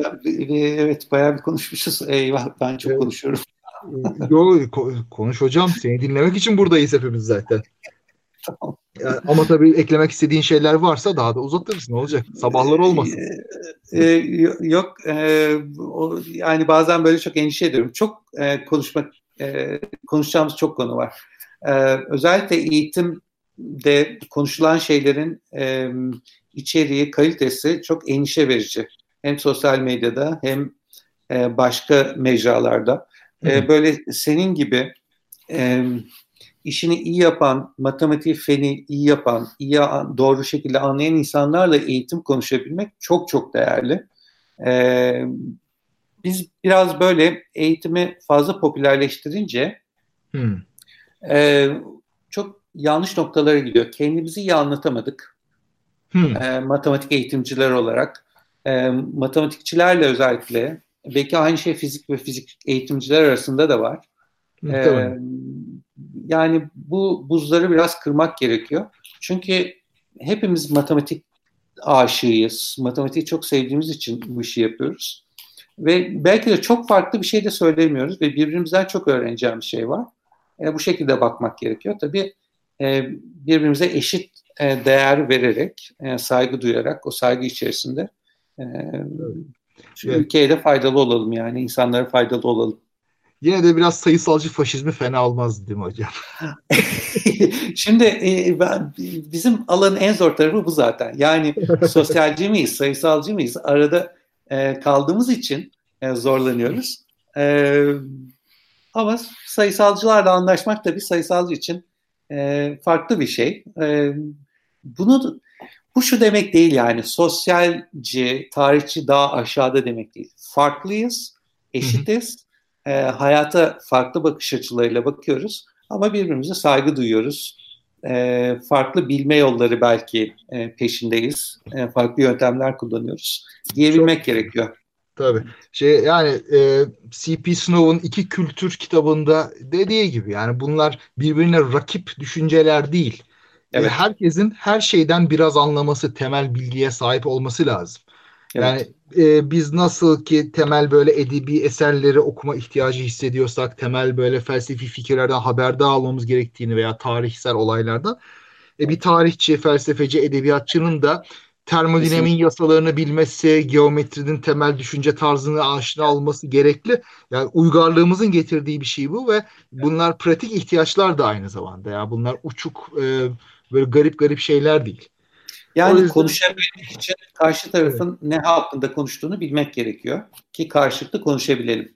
S2: Evet, bayağı bir konuşmuşuz. Eyvah, ben çok
S1: Evet.
S2: konuşuyorum.
S1: Yo, ko- konuş hocam. Seni dinlemek için buradayız hepimiz zaten. Ya, ama tabii eklemek istediğin şeyler varsa daha da uzatırız. Ne olacak? Sabahlar olmasın.
S2: Ee, e, yok, e, o, yani bazen böyle çok endişe ediyorum. Çok e, konuşmak e, konuşacağımız çok konu var. E, özellikle eğitimde konuşulan şeylerin e, içeriği, kalitesi çok endişe verici. Hem sosyal medyada hem e, başka mecralarda.
S1: Hı,
S2: E, böyle senin gibi e, işini iyi yapan, matematiği, feni iyi yapan, iyi doğru şekilde anlayan insanlarla eğitim konuşabilmek çok çok değerli. Ee, biz biraz böyle eğitimi fazla popülerleştirince
S1: hı,
S2: e, çok yanlış noktalara gidiyor. Kendimizi iyi anlatamadık.
S1: hı.
S2: E, matematik eğitimciler olarak. E, matematikçilerle özellikle, belki aynı şey fizik ve fizik eğitimciler arasında da var. Ee,
S1: Muhtemelen.
S2: yani bu buzları biraz kırmak gerekiyor. Çünkü hepimiz matematik aşığıyız. Matematiği çok sevdiğimiz için bu işi yapıyoruz. Ve belki de çok farklı bir şey de söylemiyoruz ve birbirimizden çok öğreneceğimiz şey var. E, bu şekilde bakmak gerekiyor. Tabii e, birbirimize eşit e, değer vererek, e, saygı duyarak, o saygı içerisinde e,
S1: Evet. Ve
S2: ülkeye de faydalı olalım yani, insanlara faydalı olalım.
S1: yine de biraz sayısalcı faşizmi fena olmaz değil mi hocam?
S2: Şimdi e, ben, bizim alanın en zor tarafı bu zaten. Yani sosyalci miyiz, sayısalcı mıyız? Arada e, kaldığımız için e, zorlanıyoruz. E, ama sayısalcılarla anlaşmak tabii sayısalcı için e, farklı bir şey. E, bunu bu şu demek değil yani sosyalci, tarihçi daha aşağıda demek değil. Farklıyız,
S1: Hı hı.
S2: eşitiz, e, hayata farklı bakış açılarıyla bakıyoruz ama birbirimize saygı duyuyoruz. E, farklı bilme yolları belki e, peşindeyiz, e, farklı yöntemler kullanıyoruz
S1: Çok
S2: diyebilmek gerekiyor.
S1: tabii. Şey yani, e, C P. Snow'un İki Kültür kitabında dediği gibi yani bunlar birbirine rakip düşünceler değil. E,
S2: Evet,
S1: herkesin her şeyden biraz anlaması, temel bilgiye sahip olması lazım. Yani
S2: evet,
S1: e, biz nasıl ki temel böyle edebi eserleri okuma ihtiyacı hissediyorsak, temel böyle felsefi fikirlerden haberdar olmamız gerektiğini veya tarihsel olaylardan, e, bir
S2: evet,
S1: tarihçi, felsefeci, edebiyatçının da termodinamiğin
S2: kesinlikle.
S1: yasalarını bilmesi, geometrinin temel düşünce tarzını aşina olması gerekli. Yani uygarlığımızın getirdiği bir şey bu ve bunlar pratik ihtiyaçlar da aynı zamanda. Ya bunlar uçuk, e, böyle garip garip şeyler değil. O
S2: Yani
S1: yüzden
S2: konuşabilmek için karşı
S1: evet,
S2: tarafın ne hakkında konuştuğunu bilmek gerekiyor ki karşılıklı konuşabilelim.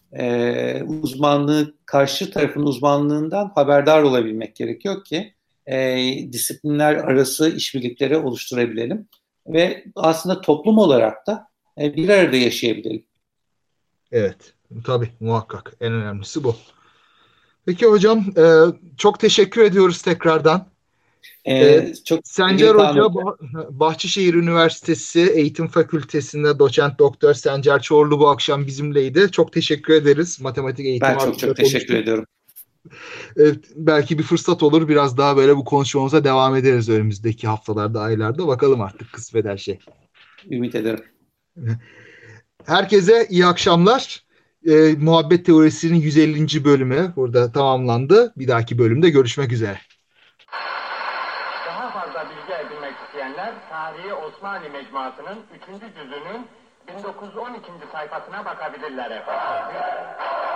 S2: e, uzmanlığı, karşı tarafın uzmanlığından haberdar olabilmek gerekiyor ki e, disiplinler arası işbirlikleri oluşturabilelim ve aslında toplum olarak da e, bir arada yaşayabilelim.
S1: Evet, tabii muhakkak en önemlisi bu. Peki hocam, e, çok teşekkür ediyoruz tekrardan. E,
S2: E, çok
S1: Sencer
S2: sevgili Kaan
S1: Hoca,
S2: Hoca.
S1: Bah- Bahçeşehir Üniversitesi Eğitim Fakültesi'nde doçent doktor Sencer Çorlu bu akşam bizimleydi. Çok teşekkür ederiz. Matematik eğitimi
S2: Ben çok
S1: hakkında
S2: çok teşekkür
S1: konuştuk.
S2: ediyorum.
S1: Evet, belki bir fırsat olur. Biraz daha böyle bu konuşmamıza devam ederiz önümüzdeki haftalarda, aylarda. Bakalım artık kısmet her şey.
S2: Ümit ederim.
S1: Herkese iyi akşamlar. Ee, Muhabbet Teorisi'nin yüz ellinci bölümü burada tamamlandı. Bir dahaki bölümde görüşmek üzere.
S3: Daha fazla bilgi edinmek isteyenler Tarihi Osmanlı Mecmuası'nın üçüncü cüzünün bin dokuz yüz on ikinci sayfasına bakabilirler efendim.